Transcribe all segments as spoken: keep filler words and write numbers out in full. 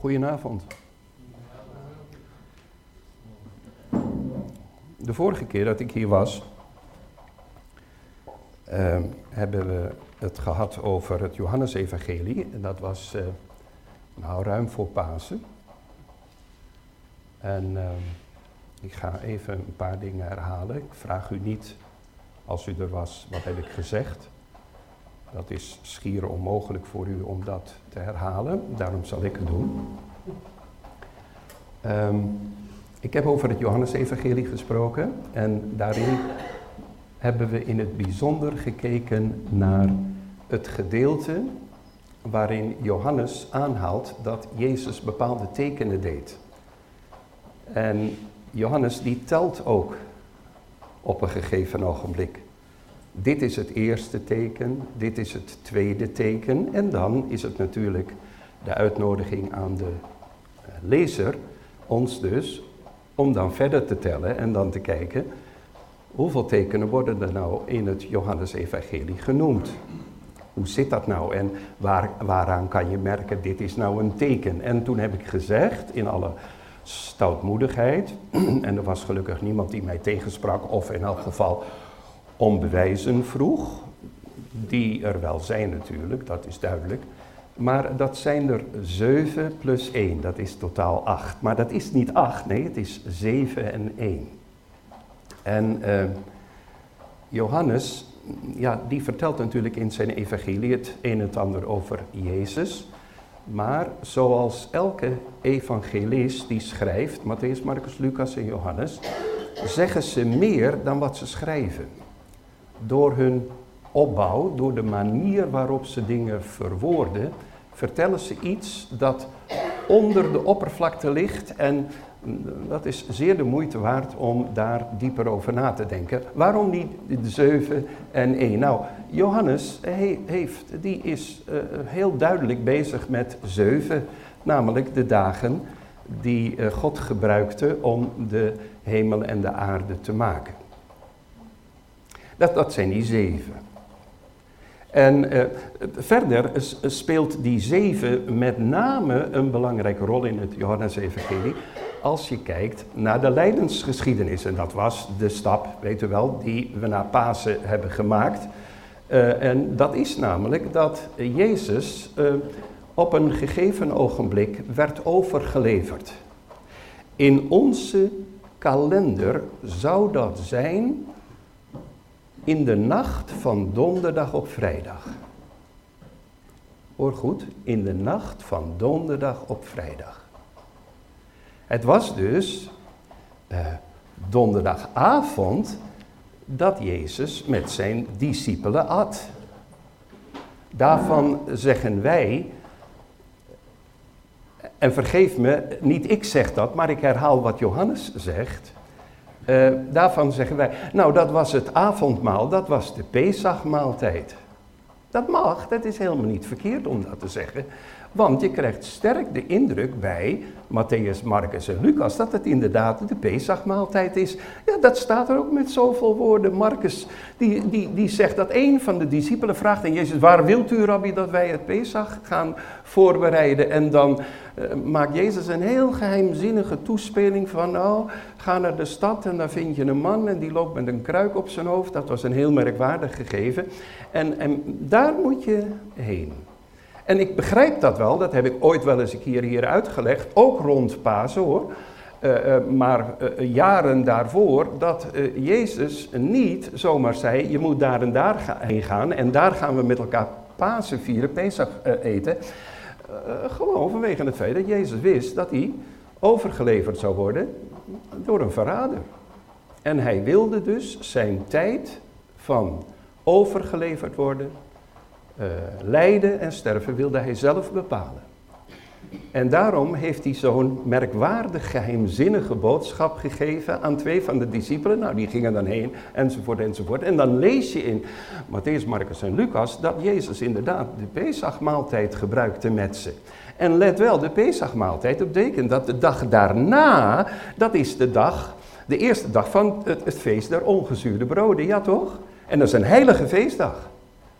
Goedenavond. De vorige keer dat ik hier was, uh, hebben we het gehad over het Johannesevangelie. En dat was uh, nou ruim voor Pasen. En uh, ik ga even een paar dingen herhalen. Ik vraag u niet, als u er was, wat heb ik gezegd. Dat is schier onmogelijk voor u om dat te herhalen. Daarom zal ik het doen. Um, ik heb over het Johannesevangelie gesproken. En daarin hebben we in het bijzonder gekeken naar het gedeelte waarin Johannes aanhaalt dat Jezus bepaalde tekenen deed. En Johannes die telt ook op een gegeven ogenblik. Dit is het eerste teken, dit is het tweede teken en dan is het natuurlijk de uitnodiging aan de lezer, ons dus, om dan verder te tellen en dan te kijken hoeveel tekenen worden er nou in het Johannesevangelie genoemd. Hoe zit dat nou en waar, waaraan kan je merken dit is nou een teken? En toen heb ik gezegd in alle stoutmoedigheid, en er was gelukkig niemand die mij tegensprak of in elk geval om bewijzen vroeg, die er wel zijn natuurlijk, dat is duidelijk. Maar dat zijn er zeven plus één, dat is totaal acht. Maar dat is niet acht, nee, het is zeven en één. En uh, Johannes, ja, die vertelt natuurlijk in zijn evangelie het een en het ander over Jezus. Maar zoals elke evangelist die schrijft, Mattheüs, Marcus, Lucas en Johannes, zeggen ze meer dan wat ze schrijven. Door hun opbouw, door de manier waarop ze dingen verwoorden, vertellen ze iets dat onder de oppervlakte ligt en dat is zeer de moeite waard om daar dieper over na te denken. Waarom niet de zeven en één? Nou, Johannes he, heeft, die is uh, heel duidelijk bezig met zeven, namelijk de dagen die uh, God gebruikte om de hemel en de aarde te maken. Dat, dat zijn die zeven. En uh, verder speelt die zeven met name een belangrijke rol in het Johannesevangelie als je kijkt naar de lijdensgeschiedenis. En dat was de stap, weet u wel, die we na Pasen hebben gemaakt. Uh, en dat is namelijk dat Jezus uh, op een gegeven ogenblik werd overgeleverd. In onze kalender zou dat zijn in de nacht van donderdag op vrijdag. Hoor goed, in de nacht van donderdag op vrijdag. Het was dus uh, donderdagavond dat Jezus met zijn discipelen at. Daarvan zeggen wij, en vergeef me, niet ik zeg dat, maar ik herhaal wat Johannes zegt. Uh, daarvan zeggen wij, nou dat was het avondmaal, dat was de Pesachmaaltijd. Dat mag, dat is helemaal niet verkeerd om dat te zeggen. Want je krijgt sterk de indruk bij Mattheüs, Marcus en Lucas dat het inderdaad de Pesachmaaltijd is. Ja, dat staat er ook met zoveel woorden. Marcus, die, die, die zegt dat een van de discipelen vraagt aan Jezus, waar wilt u, Rabbi, dat wij het Pesach gaan voorbereiden? En dan uh, maakt Jezus een heel geheimzinnige toespeling van, nou, ga naar de stad en daar vind je een man en die loopt met een kruik op zijn hoofd. Dat was een heel merkwaardig gegeven. En, en daar moet je heen. En ik begrijp dat wel, dat heb ik ooit wel eens een keer hier uitgelegd, ook rond Pasen hoor. Uh, uh, maar uh, jaren daarvoor, dat uh, Jezus niet zomaar zei, je moet daar en daar ga- heen gaan en daar gaan we met elkaar Pasen vieren, Pesach uh, eten. Uh, gewoon vanwege het feit dat Jezus wist dat hij overgeleverd zou worden door een verrader. En hij wilde dus zijn tijd van overgeleverd worden, Uh, lijden en sterven wilde hij zelf bepalen. En daarom heeft hij zo'n merkwaardig geheimzinnige boodschap gegeven aan twee van de discipelen. Nou, die gingen dan heen, enzovoort, enzovoort. En dan lees je in Mattheüs, Marcus en Lucas dat Jezus inderdaad de Pesachmaaltijd gebruikte met ze. En let wel, de Pesachmaaltijd, dat betekent dat de dag daarna, dat is de dag, de eerste dag van het, het feest der ongezuurde broden, ja toch? En dat is een heilige feestdag.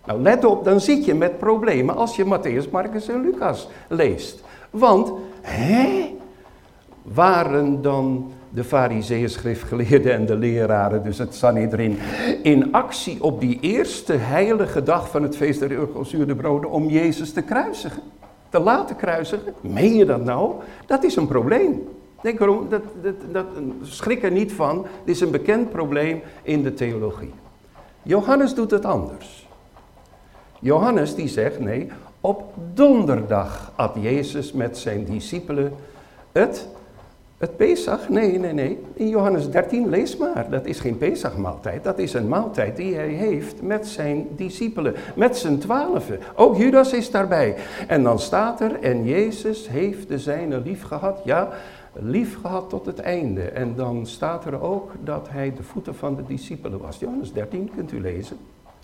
Nou, let op, dan zit je met problemen als je Mattheüs, Marcus en Lucas leest. Want, hè? Waren dan de farizeeën, schriftgeleerden en de leraren, dus het Sanhedrin, in actie op die eerste heilige dag van het feest der ongezuurde broden om Jezus te kruisigen? Te laten kruisigen? Meen je dat nou? Dat is een probleem. Denk erom, dat, dat, dat, schrik er niet van, dit is een bekend probleem in de theologie. Johannes doet het anders. Johannes die zegt, nee, op donderdag at Jezus met zijn discipelen het, het Pesach. Nee, nee, nee, in Johannes dertien, lees maar, dat is geen Pesachmaaltijd, dat is een maaltijd die hij heeft met zijn discipelen, met zijn twaalfen. Ook Judas is daarbij. En dan staat er, en Jezus heeft de zijne lief gehad, ja, lief gehad tot het einde. En dan staat er ook dat hij de voeten van de discipelen was. Johannes dertien kunt u lezen.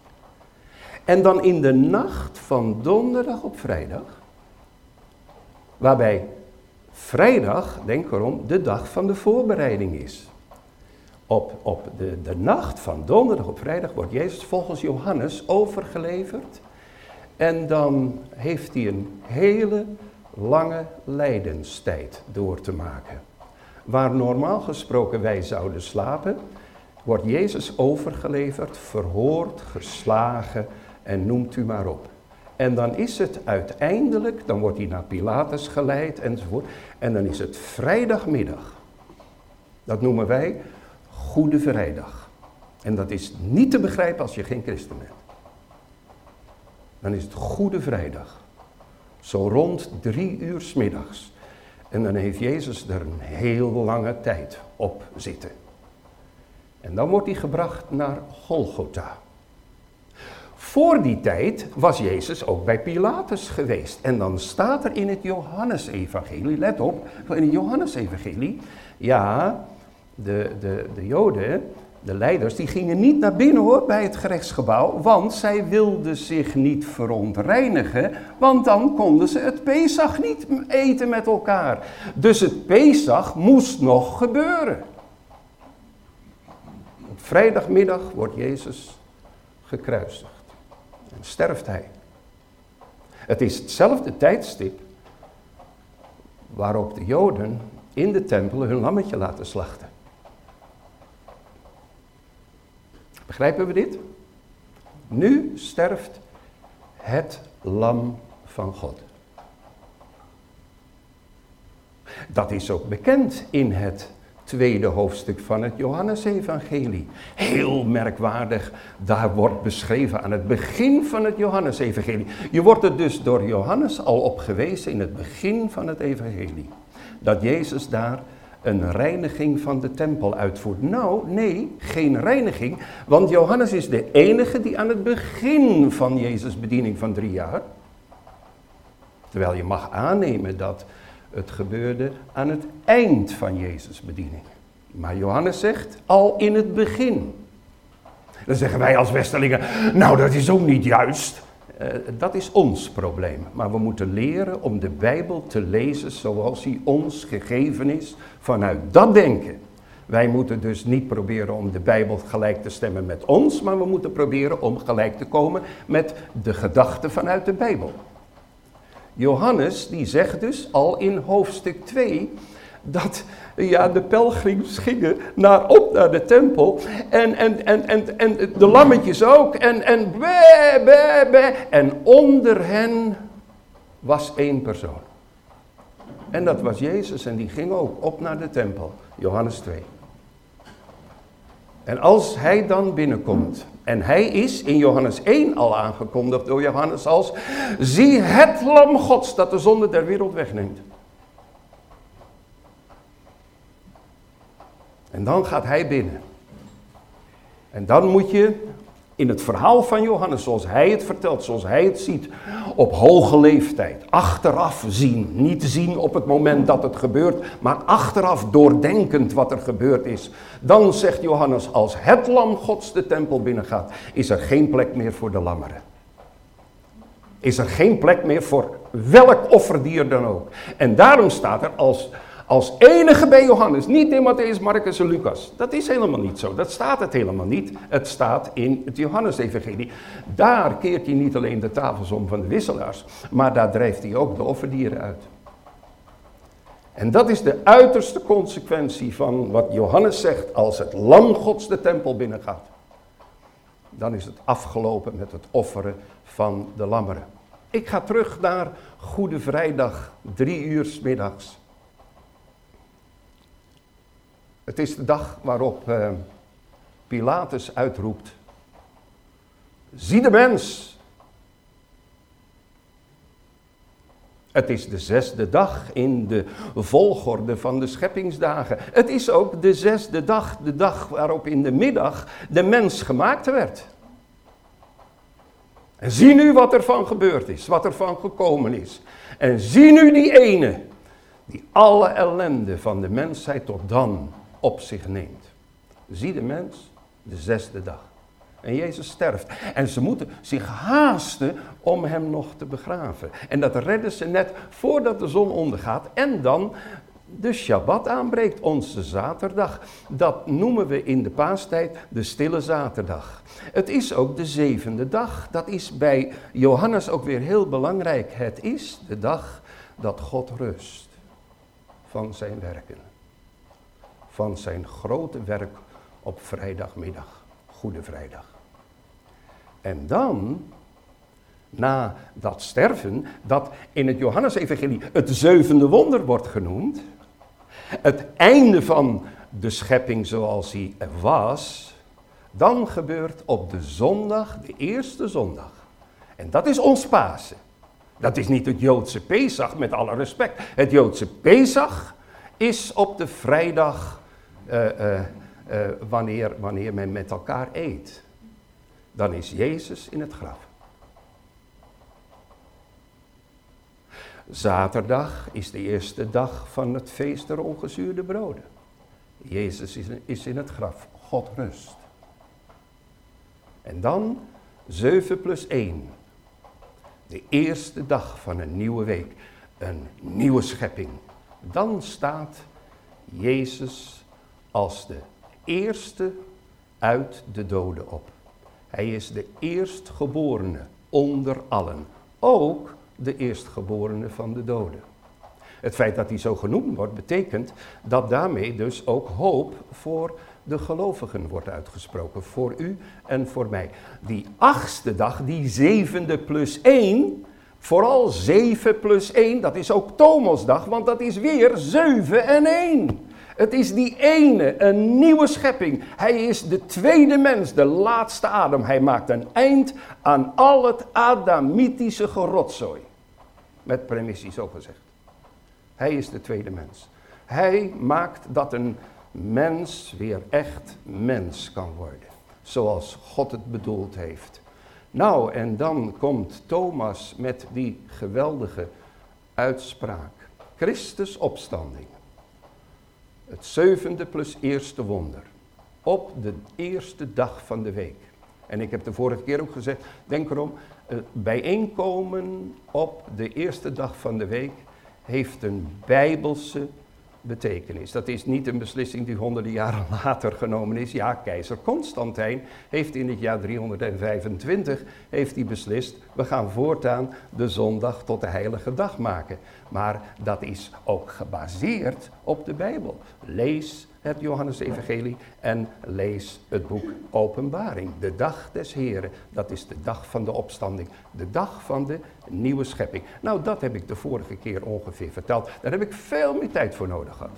En dan in de nacht van donderdag op vrijdag, waarbij vrijdag, denk erom, de dag van de voorbereiding is. Op, op de, de nacht van donderdag op vrijdag wordt Jezus volgens Johannes overgeleverd. En dan heeft hij een hele lange lijdenstijd door te maken. Waar normaal gesproken wij zouden slapen, wordt Jezus overgeleverd, verhoord, geslagen en noemt u maar op. En dan is het uiteindelijk, dan wordt hij naar Pilatus geleid enzovoort. En dan is het vrijdagmiddag. Dat noemen wij Goede Vrijdag. En dat is niet te begrijpen als je geen christen bent. Dan is het Goede Vrijdag. Zo rond drie uur 's middags. En dan heeft Jezus er een heel lange tijd op zitten. En dan wordt hij gebracht naar Golgotha. Voor die tijd was Jezus ook bij Pilatus geweest. En dan staat er in het Johannesevangelie, let op, in het Johannesevangelie, ja, de, de, de Joden, de leiders, die gingen niet naar binnen hoor, bij het gerechtsgebouw, want zij wilden zich niet verontreinigen, want dan konden ze het Pesach niet eten met elkaar. Dus het Pesach moest nog gebeuren. Op vrijdagmiddag wordt Jezus gekruisigd. En sterft hij. Het is hetzelfde tijdstip waarop de Joden in de tempel hun lammetje laten slachten. Begrijpen we dit? Nu sterft het lam van God. Dat is ook bekend in het tweede hoofdstuk van het Johannesevangelie. Heel merkwaardig, daar wordt beschreven aan het begin van het Johannesevangelie. Je wordt er dus door Johannes al op gewezen in het begin van het evangelie. Dat Jezus daar een reiniging van de tempel uitvoert. Nou, nee, geen reiniging, want Johannes is de enige die aan het begin van Jezus' bediening van drie jaar, terwijl je mag aannemen dat het gebeurde aan het eind van Jezus' bediening. Maar Johannes zegt, al in het begin. Dan zeggen wij als Westerlingen, nou dat is ook niet juist. Uh, dat is ons probleem. Maar we moeten leren om de Bijbel te lezen zoals die ons gegeven is vanuit dat denken. Wij moeten dus niet proberen om de Bijbel gelijk te stemmen met ons, maar we moeten proberen om gelijk te komen met de gedachten vanuit de Bijbel. Johannes die zegt dus al in hoofdstuk twee dat ja, de pelgrims gingen naar, op naar de tempel en, en, en, en, en de lammetjes ook en, en, bé, bé, bé, en onder hen was één persoon. En dat was Jezus en die ging ook op naar de tempel, Johannes twee. En als hij dan binnenkomt, en hij is in Johannes één al aangekondigd door Johannes als, zie het lam Gods dat de zonde der wereld wegneemt. En dan gaat hij binnen. En dan moet je in het verhaal van Johannes, zoals hij het vertelt, zoals hij het ziet, op hoge leeftijd, achteraf zien. Niet zien op het moment dat het gebeurt, maar achteraf doordenkend wat er gebeurd is. Dan zegt Johannes, als het lam Gods de tempel binnengaat, is er geen plek meer voor de lammeren. Is er geen plek meer voor welk offerdier dan ook. En daarom staat er, als, Als enige bij Johannes, niet in Mattheüs, Marcus en Lucas. Dat is helemaal niet zo, dat staat het helemaal niet. Het staat in het Johannes-evangelie. Daar keert hij niet alleen de tafels om van de wisselaars, maar daar drijft hij ook de offerdieren uit. En dat is de uiterste consequentie van wat Johannes zegt, als het lam Gods de tempel binnengaat. Dan is het afgelopen met het offeren van de lammeren. Ik ga terug naar Goede Vrijdag, drie uur 's middags. Het is de dag waarop uh, Pilatus uitroept: zie de mens. Het is de zesde dag in de volgorde van de scheppingsdagen. Het is ook de zesde dag, de dag waarop in de middag de mens gemaakt werd. En zie nu wat er van gebeurd is, wat er van gekomen is. En zie nu die ene die alle ellende van de mensheid tot dan op zich neemt. Zie de mens, de zesde dag. En Jezus sterft. En ze moeten zich haasten om hem nog te begraven. En dat redden ze net voordat de zon ondergaat en dan de Shabbat aanbreekt, onze zaterdag. Dat noemen we in de paastijd de stille zaterdag. Het is ook de zevende dag. Dat is bij Johannes ook weer heel belangrijk. Het is de dag dat God rust van zijn werken. Van zijn grote werk op vrijdagmiddag. Goede Vrijdag. En dan, na dat sterven, dat in het Johannesevangelie het zevende wonder wordt genoemd, het einde van de schepping zoals die er was, dan gebeurt op de zondag, de eerste zondag. En dat is ons Pasen. Dat is niet het Joodse Pesach, met alle respect. Het Joodse Pesach is op de vrijdag uh, uh, uh, wanneer, wanneer men met elkaar eet. Dan is Jezus in het graf. Zaterdag is de eerste dag van het feest der ongezuurde broden. Jezus is, is in het graf. God rust. En dan zeven plus één. De eerste dag van een nieuwe week. Een nieuwe schepping. Dan staat Jezus als de eerste uit de doden op. Hij is de eerstgeborene onder allen. Ook de eerstgeborene van de doden. Het feit dat hij zo genoemd wordt, betekent dat daarmee dus ook hoop voor de gelovigen wordt uitgesproken. Voor u en voor mij. Die achtste dag, die zevende plus één, vooral zeven plus één, dat is ook Thomasdag, want dat is weer zeven en één. Het is die ene, een nieuwe schepping. Hij is de tweede mens, de laatste Adam. Hij maakt een eind aan al het Adamitische gerotzooi. Met premissie zo gezegd. Hij is de tweede mens. Hij maakt dat een mens weer echt mens kan worden. Zoals God het bedoeld heeft. Nou, en dan komt Thomas met die geweldige uitspraak. Christus opstanding. Het zevende plus eerste wonder. Op de eerste dag van de week. En ik heb de vorige keer ook gezegd, denk erom, uh, bijeenkomen op de eerste dag van de week heeft een bijbelse betekenis. Dat is niet een beslissing die honderden jaren later genomen is. Ja, keizer Constantijn heeft in het jaar driehonderdvijfentwintig heeft hij beslist, we gaan voortaan de zondag tot de heilige dag maken. Maar dat is ook gebaseerd op de Bijbel. Lees het Johannesevangelie en lees het boek Openbaring. De dag des Heren, dat is de dag van de opstanding. De dag van de nieuwe schepping. Nou, dat heb ik de vorige keer ongeveer verteld. Daar heb ik veel meer tijd voor nodig gehad.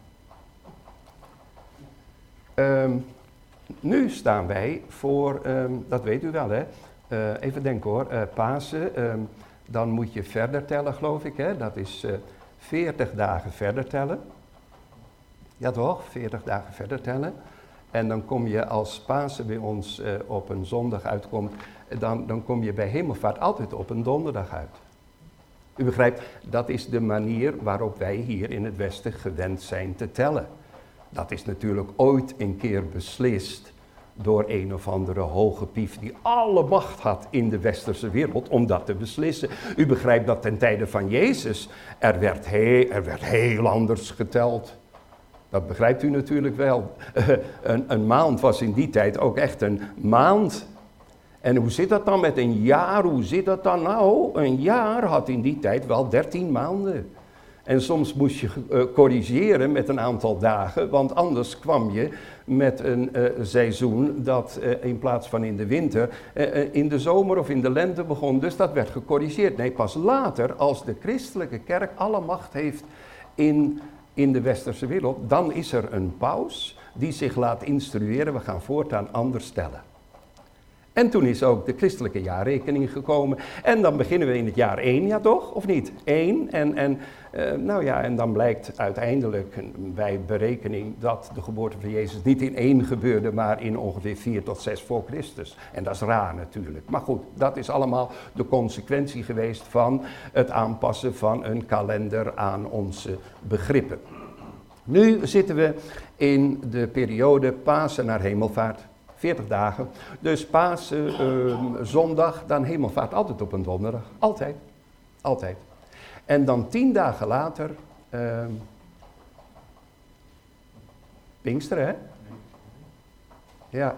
Um, nu staan wij voor, um, dat weet u wel hè, uh, even denken hoor, uh, Pasen. Um, dan moet je verder tellen geloof ik hè, dat is uh, veertig dagen verder tellen. Ja toch, veertig dagen verder tellen. En dan kom je als Pasen bij ons uh, op een zondag uitkomt, dan, dan kom je bij Hemelvaart altijd op een donderdag uit. U begrijpt, dat is de manier waarop wij hier in het Westen gewend zijn te tellen. Dat is natuurlijk ooit een keer beslist door een of andere hoge pief die alle macht had in de westerse wereld om dat te beslissen. U begrijpt dat ten tijde van Jezus er werd, he, er werd heel anders geteld. Dat begrijpt u natuurlijk wel. een, een maand was in die tijd ook echt een maand. En hoe zit dat dan met een jaar? Hoe zit dat dan? Nou, een jaar had in die tijd wel dertien maanden. En soms moest je uh, corrigeren met een aantal dagen, want anders kwam je met een uh, seizoen dat uh, in plaats van in de winter uh, uh, in de zomer of in de lente begon. Dus dat werd gecorrigeerd. Nee, pas later, als de christelijke kerk alle macht heeft in, in de westerse wereld, dan is er een paus die zich laat instrueren, we gaan voortaan anders stellen. En toen is ook de christelijke jaarrekening gekomen. En dan beginnen we in het jaar één, ja toch? Of niet? één. En, en, uh, nou ja, en dan blijkt uiteindelijk bij berekening dat de geboorte van Jezus niet in één gebeurde, maar in ongeveer vier tot zes voor Christus. En dat is raar natuurlijk. Maar goed, dat is allemaal de consequentie geweest van het aanpassen van een kalender aan onze begrippen. Nu zitten we in de periode Pasen naar Hemelvaart. veertig dagen. Dus Pasen, uh, zondag, dan Hemelvaart altijd op een donderdag. Altijd. Altijd. En dan tien dagen later, uh, Pinksteren, hè? Ja.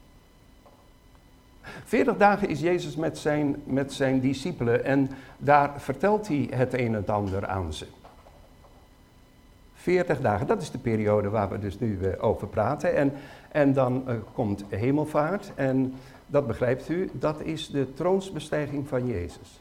veertig dagen is Jezus met zijn, met zijn discipelen en daar vertelt hij het een en het ander aan ze. veertig dagen, dat is de periode waar we dus nu uh, over praten. En, en dan uh, komt Hemelvaart en dat begrijpt u, dat is de troonsbestijging van Jezus.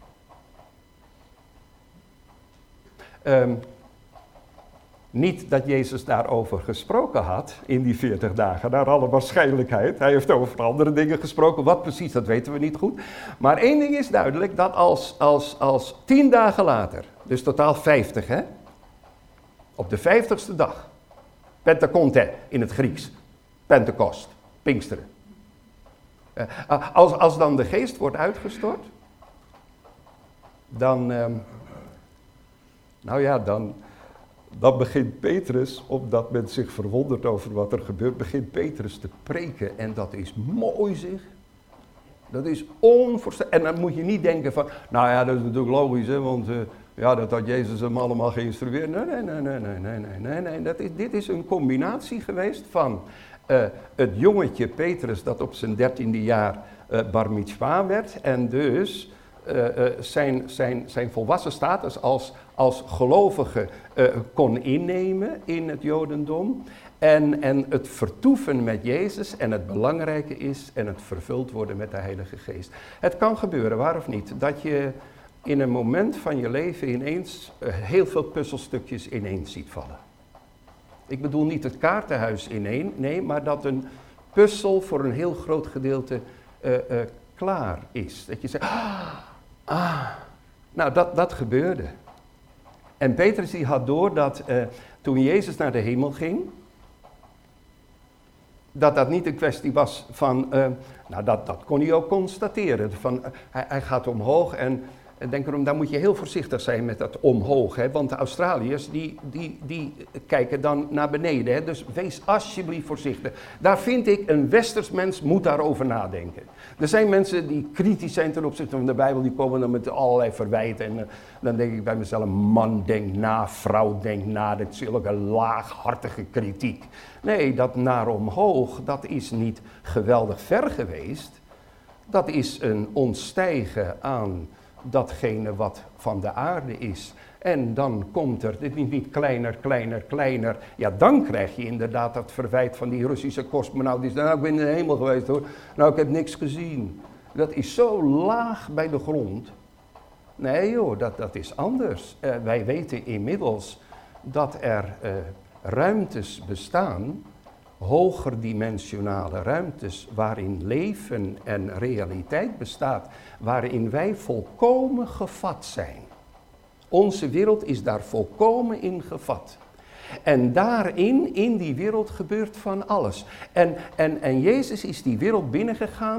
Um, niet dat Jezus daarover gesproken had in die veertig dagen, naar alle waarschijnlijkheid. Hij heeft over andere dingen gesproken, wat precies, dat weten we niet goed. Maar één ding is duidelijk, dat als, als, als tien dagen later, dus totaal vijftig hè, op de vijftigste dag, Penteconte in het Grieks, Pentecost, Pinksteren. Uh, als, als dan de geest wordt uitgestort, dan, uh, nou ja, dan, dan begint Petrus, omdat men zich verwondert over wat er gebeurt, begint Petrus te preken en dat is mooi zeg. Dat is onvoorstelbaar. En dan moet je niet denken van, nou ja, dat is natuurlijk logisch hè, want... Uh, Ja, dat had Jezus hem allemaal geïnstrueerd. Nee, nee, nee, nee, nee, nee, nee, nee, nee. Dat is, dit is een combinatie geweest van uh, het jongetje Petrus dat op zijn dertiende jaar uh, bar mitzwa werd. En dus uh, uh, zijn, zijn, zijn volwassen status als, als gelovige uh, kon innemen in het Jodendom. En, en het vertoeven met Jezus en het belangrijke is en het vervuld worden met de Heilige Geest. Het kan gebeuren, waar of niet, dat je... in een moment van je leven ineens uh, heel veel puzzelstukjes ineens ziet vallen. Ik bedoel niet het kaartenhuis ineen, nee, maar dat een puzzel voor een heel groot gedeelte uh, uh, klaar is. Dat je zegt, ah, ah. Nou dat, dat gebeurde. En Petrus die had door dat uh, toen Jezus naar de hemel ging, dat dat niet een kwestie was van, uh, nou dat, dat kon hij ook constateren, van, uh, hij, hij gaat omhoog en... En denk erom, daar moet je heel voorzichtig zijn met dat omhoog. Hè? Want de Australiërs die, die, die kijken dan naar beneden. Hè? Dus wees alsjeblieft voorzichtig. Daar vind ik, een westers mens moet daarover nadenken. Er zijn mensen die kritisch zijn ten opzichte van de Bijbel. Die komen dan met allerlei verwijten. En uh, dan denk ik bij mezelf, man denk na, vrouw denk na. Dat is zulke laaghartige kritiek. Nee, dat naar omhoog, dat is niet geweldig ver geweest. Dat is een ontstijgen aan... datgene wat van de aarde is. En dan komt er, dit is niet kleiner, kleiner, kleiner. Ja, dan krijg je inderdaad dat verwijt van die Russische cosmonaut. Die zegt, nou, ik ben in de hemel geweest hoor. Nou, ik heb niks gezien. Dat is zo laag bij de grond. Nee joh, dat, dat is anders. Uh, wij weten inmiddels dat er uh, ruimtes bestaan, hogerdimensionale ruimtes, waarin leven en realiteit bestaat, waarin wij volkomen gevat zijn. Onze wereld is daar volkomen in gevat. En daarin, in die wereld, gebeurt van alles. En, en, en Jezus is die wereld binnengegaan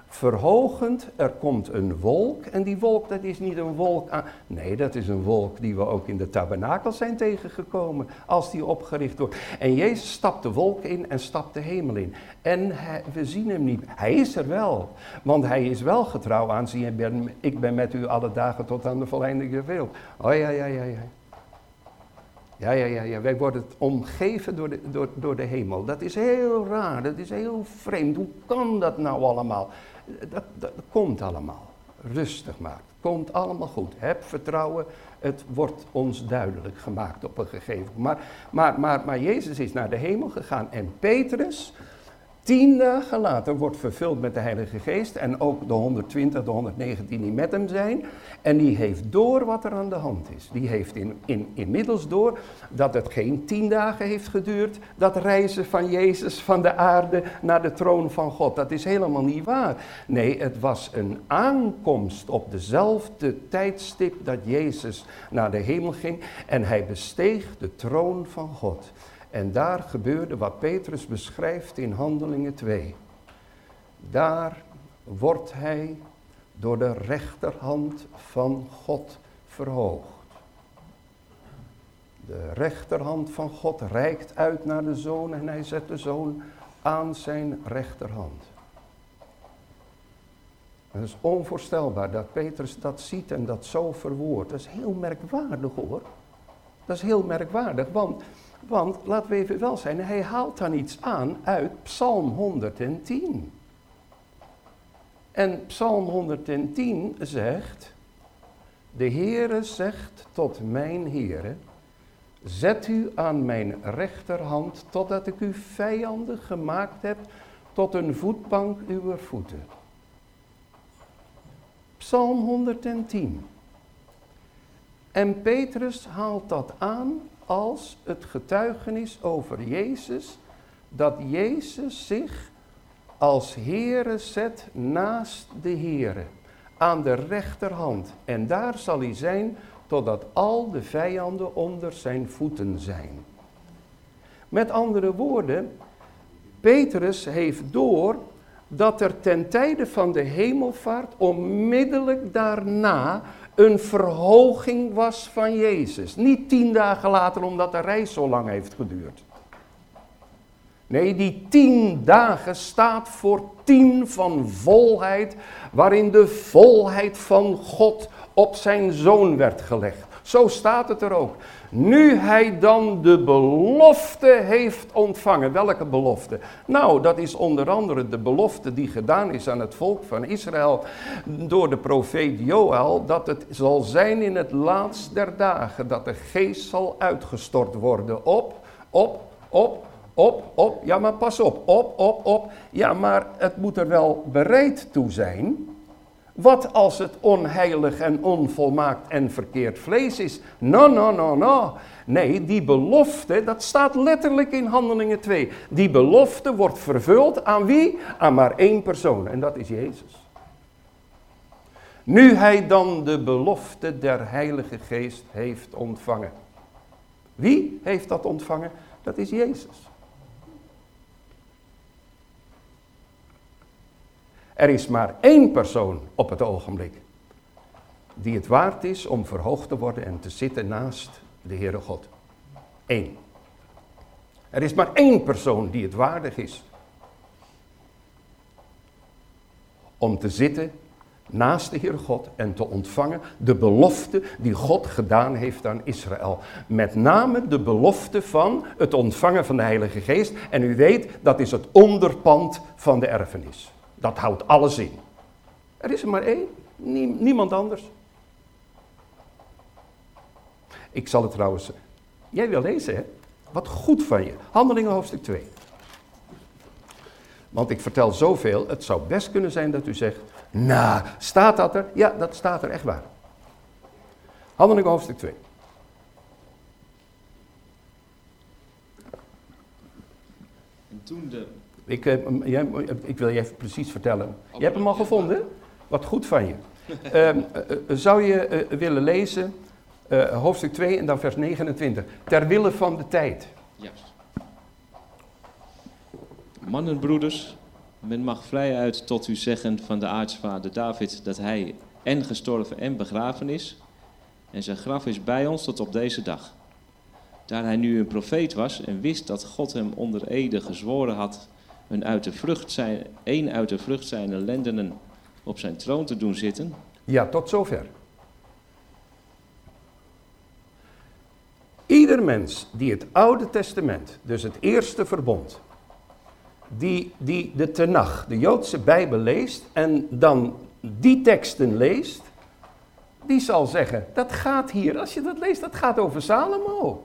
Verhogend, er komt een wolk en die wolk, dat is niet een wolk aan... Nee, dat is een wolk die we ook in de tabernakel zijn tegengekomen, als die opgericht wordt. En Jezus stapt de wolk in en stapt de hemel in. En hij, we zien hem niet. Hij is er wel, want hij is wel getrouw aan zie, ik ben, ik ben met u alle dagen tot aan de volleinding der wereld. Oh ja, ja, ja, ja. Ja, ja, ja, ja, wij worden omgeven door de, door, door de hemel. Dat is heel raar, dat is heel vreemd. Hoe kan dat nou allemaal? Dat, dat, dat komt allemaal. Rustig maar. Het komt allemaal goed. Heb vertrouwen. Het wordt ons duidelijk gemaakt op een gegeven moment. Maar, maar, maar, maar Jezus is naar de hemel gegaan. En Petrus, tien dagen later, wordt vervuld met de Heilige Geest. En ook de honderdtwintig, de honderdnegentien die met hem zijn. En die heeft door wat er aan de hand is. Die heeft in, in, inmiddels door dat het geen tien dagen heeft geduurd. Dat reizen van Jezus van de aarde naar de troon van God. Dat is helemaal niet waar. Nee, het was een aankomst op dezelfde tijdstip dat Jezus naar de hemel ging. En hij besteeg de troon van God. En daar gebeurde wat Petrus beschrijft in Handelingen twee. Daar wordt hij door de rechterhand van God verhoogd. De rechterhand van God reikt uit naar de Zoon en hij zet de Zoon aan zijn rechterhand. Het is onvoorstelbaar dat Petrus dat ziet en dat zo verwoordt. Dat is heel merkwaardig hoor. Dat is heel merkwaardig, want, want laten we even wel zijn, hij haalt dan iets aan uit Psalm honderdtien. En Psalm honderdtien zegt, de Heere zegt tot mijn Heere, zet u aan mijn rechterhand, totdat ik uw vijanden gemaakt heb, tot een voetbank uw voeten. Psalm honderdtien. En Petrus haalt dat aan als het getuigenis over Jezus, dat Jezus zich als Heere zet naast de Heere, aan de rechterhand. En daar zal hij zijn, totdat al de vijanden onder zijn voeten zijn. Met andere woorden, Petrus heeft door dat er ten tijde van de hemelvaart onmiddellijk daarna een verhoging was van Jezus. Niet tien dagen later, omdat de reis zo lang heeft geduurd. Nee, die tien dagen staat voor tien van volheid, waarin de volheid van God op zijn Zoon werd gelegd. Zo staat het er ook. Nu hij dan de belofte heeft ontvangen. Welke belofte? Nou, dat is onder andere de belofte die gedaan is aan het volk van Israël door de profeet Joël, dat het zal zijn in het laatst der dagen, dat de geest zal uitgestort worden op, op, op, op, op. Ja, maar pas op, op, op, op. Ja, maar het moet er wel bereid toe zijn. Wat als het onheilig en onvolmaakt en verkeerd vlees is? No, no, no, no. Nee, die belofte, dat staat letterlijk in Handelingen twee. Die belofte wordt vervuld aan wie? Aan maar één persoon en dat is Jezus. Nu hij dan de belofte der Heilige Geest heeft ontvangen. Wie heeft dat ontvangen? Dat is Jezus. Er is maar één persoon op het ogenblik die het waard is om verhoogd te worden en te zitten naast de Heere God. Eén. Er is maar één persoon die het waardig is om te zitten naast de Heere God en te ontvangen de belofte die God gedaan heeft aan Israël. Met name de belofte van het ontvangen van de Heilige Geest. En u weet, dat is het onderpand van de erfenis. Dat houdt alles in. Er is er maar één, Nie, niemand anders. Ik zal het trouwens... Jij wil lezen, hè? Wat goed van je. Handelingen hoofdstuk twee. Want ik vertel zoveel, het zou best kunnen zijn dat u zegt... Nou, staat dat er? Ja, dat staat er echt waar. Handelingen hoofdstuk twee. En toen de... Ik, uh, jij, ik wil je even precies vertellen. Je hebt hem al gevonden? Wat goed van je. Uh, uh, uh, zou je uh, willen lezen uh, hoofdstuk twee en dan vers negenentwintig. Ter wille van de tijd. Juist. Mannen, broeders, Men mag vrij uit tot u zeggen van de aartsvader David dat hij en gestorven en begraven is. En zijn graf is bij ons tot op deze dag. Daar hij nu een profeet was en wist dat God hem onder ede gezworen had een uit de vrucht zijn, een uit de vrucht zijnde lendenen op zijn troon te doen zitten. Ja, tot zover. Ieder mens die het Oude Testament, dus het eerste verbond, die, die de Tenach, de Joodse Bijbel leest en dan die teksten leest, die zal zeggen, dat gaat hier, als je dat leest, dat gaat over Salomo.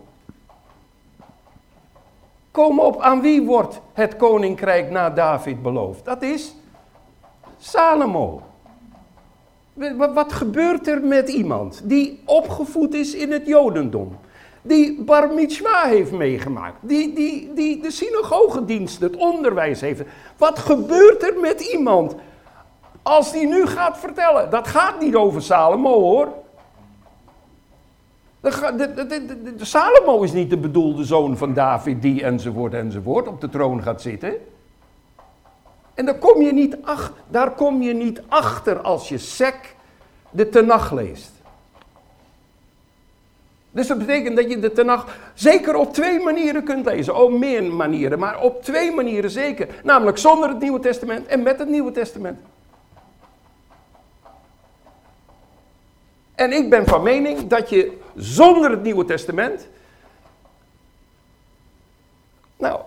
Kom op, aan wie wordt het koninkrijk na David beloofd? Dat is Salomo. Wat gebeurt er met iemand die opgevoed is in het Jodendom? Die bar mitzwa heeft meegemaakt. Die, die, die de synagogedienst, het onderwijs heeft. Wat gebeurt er met iemand als die nu gaat vertellen? Dat gaat niet over Salomo, hoor. De, de, de, de, de, Salomo is niet de bedoelde zoon van David die enzovoort enzovoort op de troon gaat zitten. En daar kom je niet, ach, daar kom je niet achter als je sec de Tenach leest. Dus dat betekent dat je de Tenach zeker op twee manieren kunt lezen. Oh, meer manieren, maar op twee manieren zeker. Namelijk zonder het Nieuwe Testament en met het Nieuwe Testament. En ik ben van mening dat je zonder het Nieuwe Testament, nou,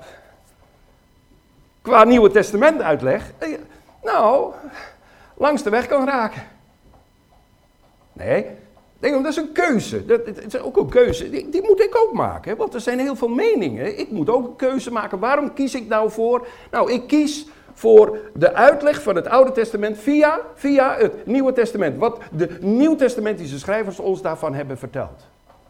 qua Nieuwe Testament uitleg, nou, langs de weg kan raken. Nee, dat is een keuze. Dat is ook een keuze. Die, die moet ik ook maken, want er zijn heel veel meningen. Ik moet ook een keuze maken. Waarom kies ik nou voor? Nou, ik kies voor de uitleg van het Oude Testament via, via het Nieuwe Testament. Wat de Nieuwtestamentische schrijvers ons daarvan hebben verteld.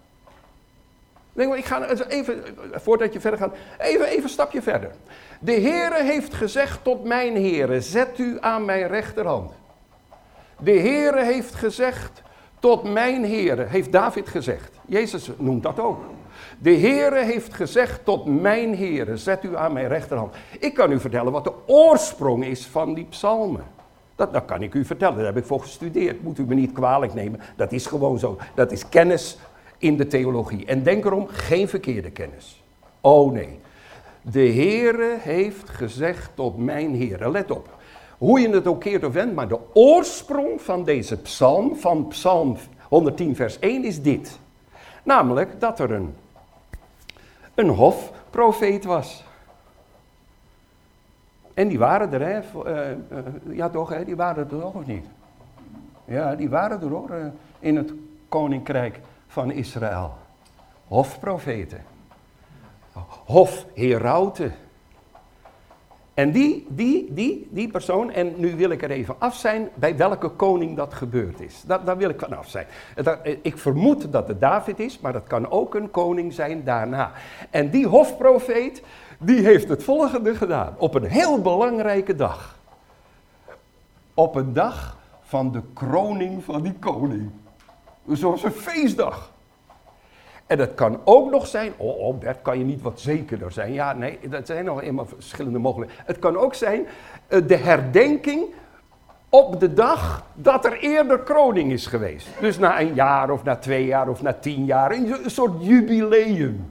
Ik ga even, voordat je verder gaat, even, even een stapje verder. De Heere heeft gezegd tot mijn Heere, zet u aan mijn rechterhand. De Heere heeft gezegd tot mijn Heere, heeft David gezegd. Jezus noemt dat ook. De Heere heeft gezegd tot mijn Heere, zet u aan mijn rechterhand. Ik kan u vertellen wat de oorsprong is van die psalmen. Dat, dat kan ik u vertellen, daar heb ik voor gestudeerd. Moet u me niet kwalijk nemen, dat is gewoon zo. Dat is kennis in de theologie. En denk erom, geen verkeerde kennis. Oh nee. De Heere heeft gezegd tot mijn Heere, let op. Hoe je het ook keert of wendt, maar de oorsprong van deze psalm, van psalm honderdtien vers één, is dit. Namelijk dat er een, een hofprofeet was. En die waren er, hè? Uh, uh, ja toch, hè? Die waren er toch of niet? Ja, die waren er hoor, uh, in het koninkrijk van Israël. Hofprofeten. Hofherauten. En die, die, die, die persoon, en nu wil ik er even af zijn bij welke koning dat gebeurd is. Dat, daar wil ik van af zijn. Dat, ik vermoed dat het David is, maar dat kan ook een koning zijn daarna. En die hofprofeet, die heeft het volgende gedaan. Op een heel belangrijke dag. Op een dag van de kroning van die koning. Dus dat was een feestdag. En het kan ook nog zijn, oh, oh Bert, kan je niet wat zekerder zijn? Ja, nee, dat zijn nog eenmaal verschillende mogelijkheden. Het kan ook zijn uh, de herdenking op de dag dat er eerder kroning is geweest. Dus na een jaar of na twee jaar of na tien jaar, een, een soort jubileum.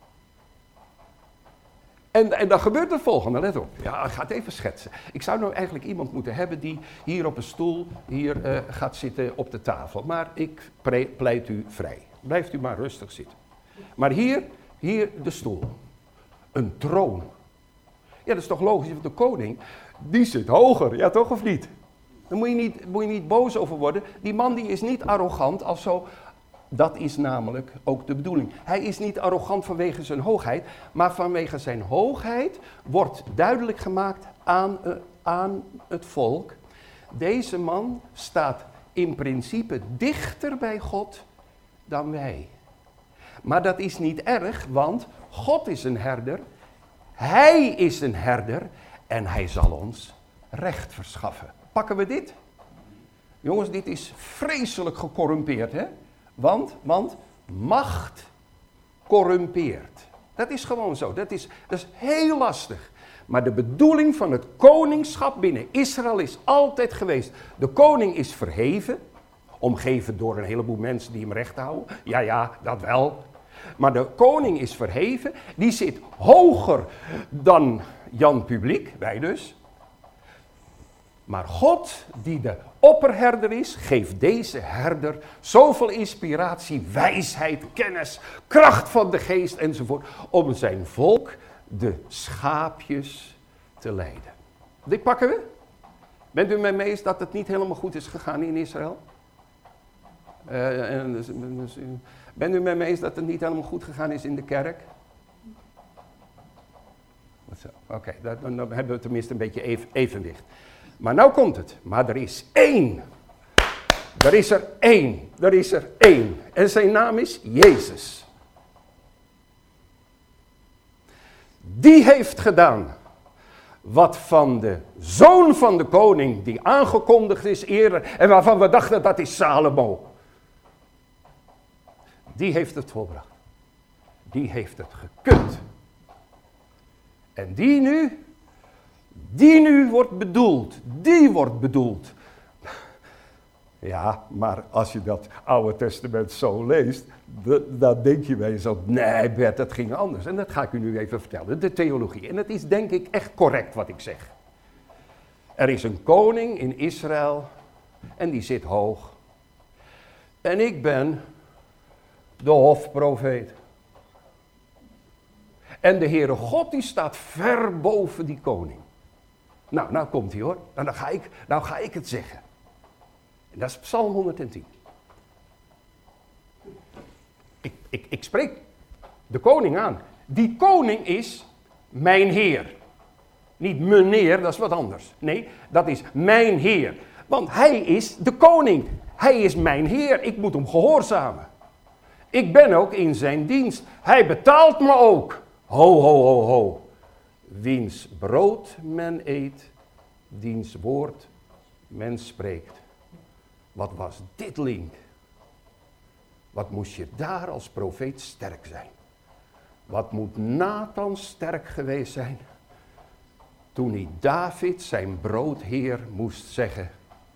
En, en dan gebeurt het volgende, let op. Ja, ik ga het even schetsen. Ik zou nou eigenlijk iemand moeten hebben die hier op een stoel hier uh, gaat zitten op de tafel. Maar ik pre- pleit u vrij. Blijft u maar rustig zitten. Maar hier, hier de stoel. Een troon. Ja, dat is toch logisch, want de koning, die zit hoger, ja toch of niet? Daar moet je niet, moet je niet boos over worden. Die man die is niet arrogant als zo. Dat is namelijk ook de bedoeling. Hij is niet arrogant vanwege zijn hoogheid, maar vanwege zijn hoogheid wordt duidelijk gemaakt aan, uh, aan het volk. Deze man staat in principe dichter bij God dan wij. Maar dat is niet erg, want God is een herder. Hij is een herder en hij zal ons recht verschaffen. Pakken we dit? Jongens, dit is vreselijk gecorrumpeerd, hè? Want, want macht corrumpeert. Dat is gewoon zo. Dat is, dat is heel lastig. Maar de bedoeling van het koningschap binnen Israël is altijd geweest. De koning is verheven, omgeven door een heleboel mensen die hem recht houden. Ja, ja, dat wel. Maar de koning is verheven, die zit hoger dan Jan Publiek, wij dus. Maar God, die de opperherder is, geeft deze herder zoveel inspiratie, wijsheid, kennis, kracht van de geest enzovoort, om zijn volk, de schaapjes, te leiden. Dit pakken we? Bent u met me eens dat het niet helemaal goed is gegaan in Israël? Uh, en dus, dus, bent u met me eens dat het niet helemaal goed gegaan is in de kerk? Oké, okay, dan, dan hebben we tenminste een beetje even, evenwicht. Maar nou komt het. Maar er is één. Er is er één. Er is er één. En zijn naam is Jezus. Die heeft gedaan wat van de zoon van de koning, die aangekondigd is eerder, en waarvan we dachten dat is Salomo. Die heeft het volbracht. Die heeft het gekund. En die nu, die nu wordt bedoeld, die wordt bedoeld. Ja, maar als je dat Oude Testament zo leest, dan denk je bij jezelf, nee Bert, dat ging anders. En dat ga ik u nu even vertellen, de theologie. En het is denk ik echt correct wat ik zeg. Er is een koning in Israël en die zit hoog. En ik ben de hofprofeet. En de Heere God die staat ver boven die koning. Nou, nou komt hij hoor. Nou, dan ga ik, nou ga ik het zeggen. En dat is Psalm honderdtien. Ik, ik, ik spreek de koning aan. Die koning is mijn Heer. Niet meneer, dat is wat anders. Nee, dat is mijn Heer. Want hij is de koning. Hij is mijn Heer. Ik moet hem gehoorzamen. Ik ben ook in zijn dienst. Hij betaalt me ook. Ho, ho, ho, ho. Wiens brood men eet, diens woord men spreekt. Wat was dit link? Wat moest je daar als profeet sterk zijn? Wat moet Nathan sterk geweest zijn? Toen hij David, zijn broodheer, moest zeggen.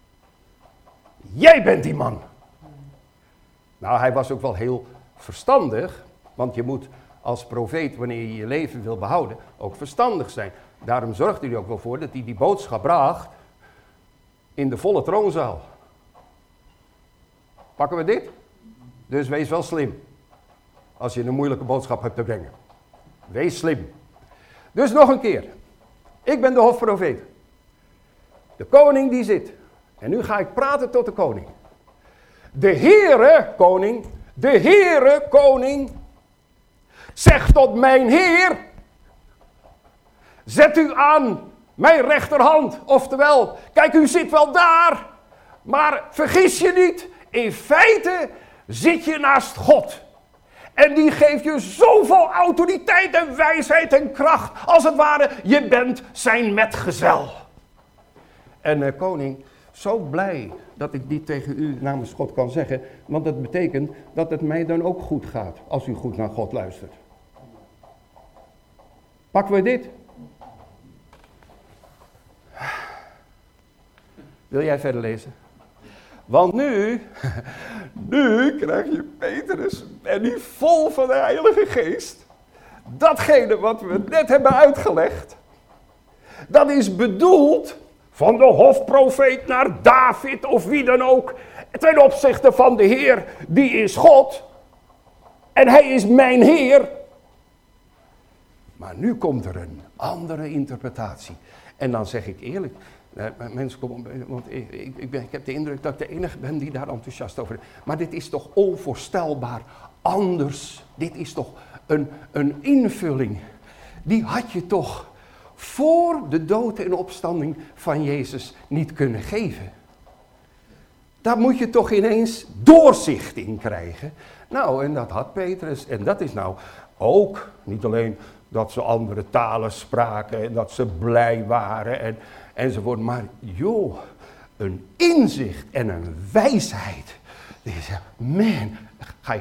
Jij bent die man. Nou, hij was ook wel heel verstandig. Want je moet als profeet, wanneer je je leven wil behouden, ook verstandig zijn. Daarom zorgt hij er ook wel voor dat hij die boodschap bracht in de volle troonzaal. Pakken we dit? Dus wees wel slim. Als je een moeilijke boodschap hebt te brengen. Wees slim. Dus nog een keer. Ik ben de hofprofeet. De koning die zit. En nu ga ik praten tot de koning. De Heere, koning. De Heere, koning. Zeg tot mijn Heer. Zet u aan mijn rechterhand. Oftewel, kijk, u zit wel daar. Maar vergis je niet. In feite zit je naast God. En die geeft je zoveel autoriteit en wijsheid en kracht. Als het ware, je bent zijn metgezel. En uh, koning, zo blij dat ik dit tegen u namens God kan zeggen. Want dat betekent dat het mij dan ook goed gaat. Als u goed naar God luistert. Pakken we dit? Wil jij verder lezen? Want nu, nu krijg je Petrus en die vol van de Heilige Geest. Datgene wat we net hebben uitgelegd, dat is bedoeld van de hofprofeet naar David of wie dan ook. Ten opzichte van de Heer, die is God. En hij is mijn Heer. Maar nu komt er een andere interpretatie. En dan zeg ik eerlijk. Uh, mensen komen, want ik, ik, ik, ben, ik heb de indruk dat ik de enige ben die daar enthousiast over is. Maar dit is toch onvoorstelbaar anders. Dit is toch een, een invulling. Die had je toch voor de dood en opstanding van Jezus niet kunnen geven. Daar moet je toch ineens doorzicht in krijgen. Nou, en dat had Petrus. En dat is nou ook niet alleen dat ze andere talen spraken en dat ze blij waren en, enzovoort. Maar joh, een inzicht en een wijsheid. Die zegt, man, ga je gang.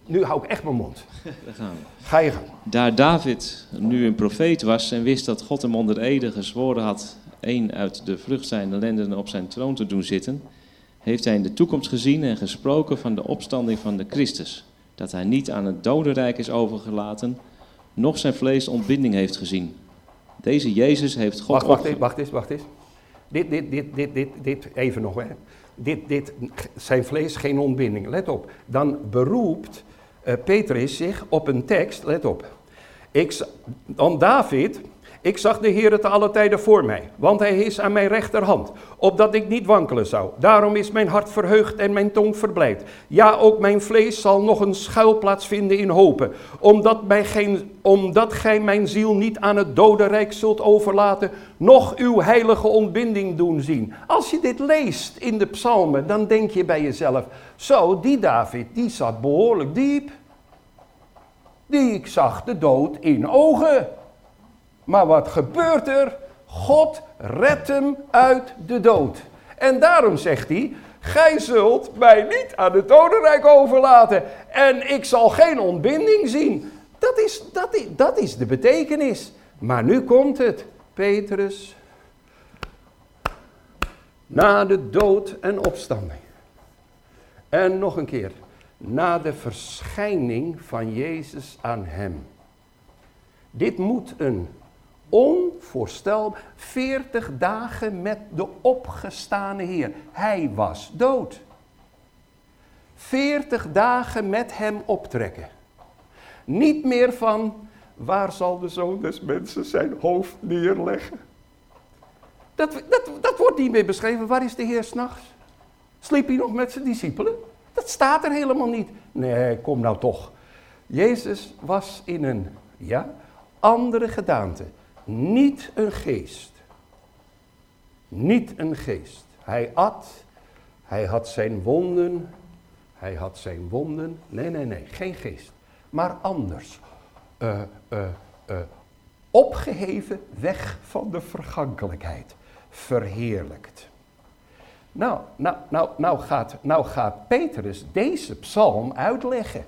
Nu hou ik echt mijn mond. Daar gaan we. Ga je gang. Daar David nu een profeet was en wist dat God hem onder ede gezworen had één uit de vrucht zijnde lendenen op zijn troon te doen zitten, heeft hij in de toekomst gezien en gesproken van de opstanding van de Christus. Dat hij niet aan het dodenrijk is overgelaten, noch zijn vlees ontbinding heeft gezien. Deze Jezus heeft God... Wacht, wacht eens, wacht eens, wacht eens. Dit, dit, dit, dit, dit, dit, even nog hè. Dit, dit, zijn vlees geen ontbinding, let op. Dan beroept uh, Petrus zich op een tekst, let op. Ik, dan David, ik zag de Heere te alle tijden voor mij, want hij is aan mijn rechterhand, opdat ik niet wankelen zou. Daarom is mijn hart verheugd en mijn tong verblijd. Ja, ook mijn vlees zal nog een schuilplaats vinden in hopen, omdat, mij geen, omdat gij mijn ziel niet aan het dodenrijk zult overlaten, noch uw heilige ontbinding doen zien. Als je dit leest in de psalmen, dan denk je bij jezelf, zo, die David, die zat behoorlijk diep. Die zag de dood in ogen. Maar wat gebeurt er? God redt hem uit de dood. En daarom zegt hij, gij zult mij niet aan het dodenrijk overlaten. En ik zal geen ontbinding zien. Dat is, dat is, dat is de betekenis. Maar nu komt het. Petrus. Na de dood en opstanding. En nog een keer. Na de verschijning van Jezus aan hem. Dit moet een onvoorstelbaar, veertig dagen met de opgestane Heer. Hij was dood. veertig dagen met hem optrekken. Niet meer van, waar zal de Zoon des Mensen zijn hoofd neerleggen? Dat, dat, dat wordt niet meer beschreven. Waar is de Heer 's nachts? Sliep hij nog met zijn discipelen? Dat staat er helemaal niet. Nee, kom nou toch. Jezus was in een, ja, andere gedaante. Niet een geest. Niet een geest. Hij at, hij had zijn wonden, hij had zijn wonden. Nee, nee, nee, geen geest. Maar anders. Uh, uh, uh, opgeheven weg van de vergankelijkheid. Verheerlijkt. Nou, nou, nou, nou, gaat, nou gaat Petrus deze psalm uitleggen.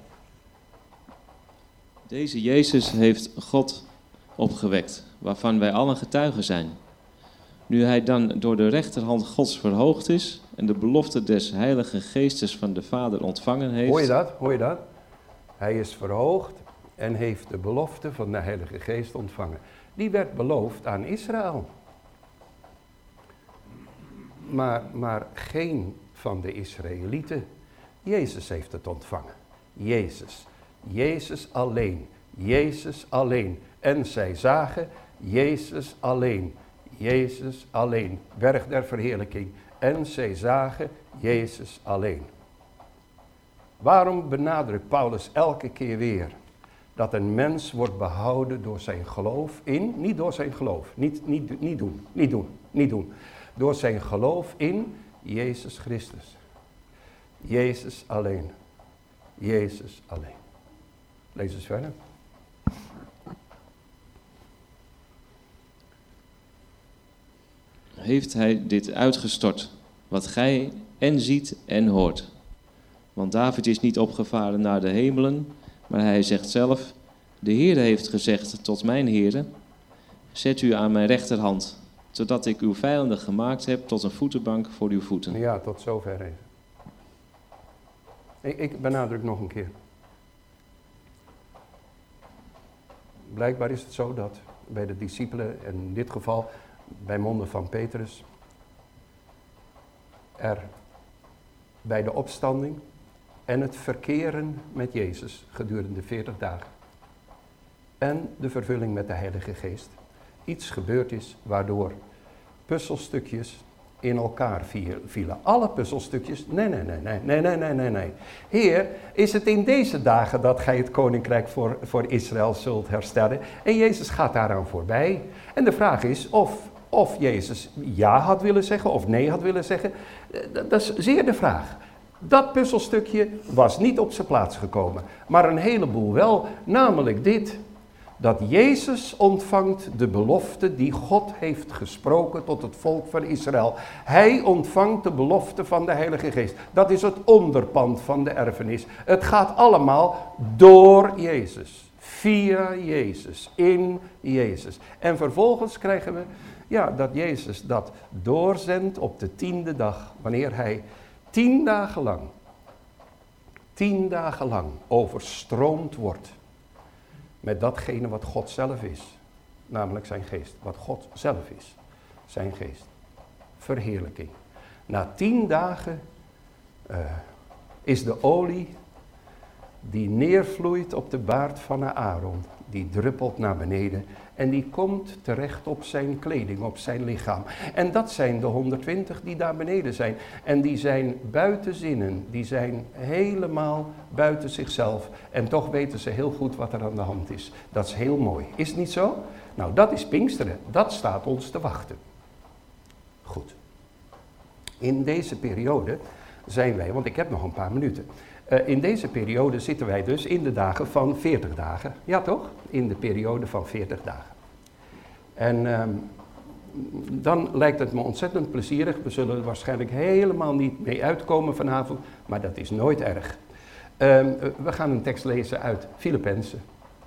Deze Jezus heeft God opgewekt, waarvan wij allen getuigen zijn. Nu hij dan door de rechterhand Gods verhoogd is en de belofte des Heilige Geestes van de Vader ontvangen heeft. Hoor je dat? Hoor je dat? Hij is verhoogd en heeft de belofte van de Heilige Geest ontvangen. Die werd beloofd aan Israël. Maar, maar geen van de Israëlieten. Jezus heeft het ontvangen. Jezus. Jezus alleen. Jezus alleen. En zij zagen Jezus alleen. Jezus alleen. Berg der verheerlijking. En zij zagen Jezus alleen. Waarom benadrukt Paulus elke keer weer dat een mens wordt behouden door zijn geloof in, niet door zijn geloof, niet, niet, niet doen, niet doen, niet doen. Door zijn geloof in Jezus Christus. Jezus alleen. Jezus alleen. Lees eens verder. Heeft hij dit uitgestort, wat gij en ziet en hoort. Want David is niet opgevaren naar de hemelen, maar hij zegt zelf, de Heer heeft gezegd tot mijn Heere, zet u aan mijn rechterhand, zodat ik uw vijanden gemaakt heb tot een voetenbank voor uw voeten. Ja, tot zover even. Ik, ik benadruk nog een keer. Blijkbaar is het zo dat bij de discipelen, en in dit geval bij monden van Petrus, er bij de opstanding en het verkeren met Jezus gedurende veertig dagen en de vervulling met de Heilige Geest iets gebeurd is waardoor puzzelstukjes in elkaar vielen. Alle puzzelstukjes, nee, nee, nee, nee, nee, nee, nee, nee, nee. Heer, is het in deze dagen dat gij het koninkrijk voor, voor Israël zult herstellen? En Jezus gaat daaraan voorbij. En de vraag is of, of Jezus ja had willen zeggen of nee had willen zeggen. Dat is zeer de vraag. Dat puzzelstukje was niet op zijn plaats gekomen, maar een heleboel wel, namelijk dit. dat Jezus ontvangt de belofte die God heeft gesproken tot het volk van Israël. Hij ontvangt de belofte van de Heilige Geest. Dat is het onderpand van de erfenis. Het gaat allemaal door Jezus, via Jezus, in Jezus. En vervolgens krijgen we ja, dat Jezus dat doorzendt op de tiende dag, wanneer hij tien dagen lang, tien dagen lang overstroomd wordt met datgene wat God zelf is, namelijk zijn geest. Wat God zelf is, zijn geest. Verheerlijking. Na tien dagen uh, is de olie die neervloeit op de baard van Aaron, die druppelt naar beneden en die komt terecht op zijn kleding, op zijn lichaam. En dat zijn de honderdtwintig die daar beneden zijn. En die zijn buiten zinnen, die zijn helemaal buiten zichzelf. En toch weten ze heel goed wat er aan de hand is. Dat is heel mooi. Is het niet zo? Nou, dat is Pinksteren. Dat staat ons te wachten. Goed. In deze periode zijn wij, want ik heb nog een paar minuten. Uh, in deze periode zitten wij dus in de dagen van veertig dagen. Ja toch? In de periode van veertig dagen. En uh, dan lijkt het me ontzettend plezierig. We zullen er waarschijnlijk helemaal niet mee uitkomen vanavond. Maar dat is nooit erg. Uh, we gaan een tekst lezen uit Filippenzen.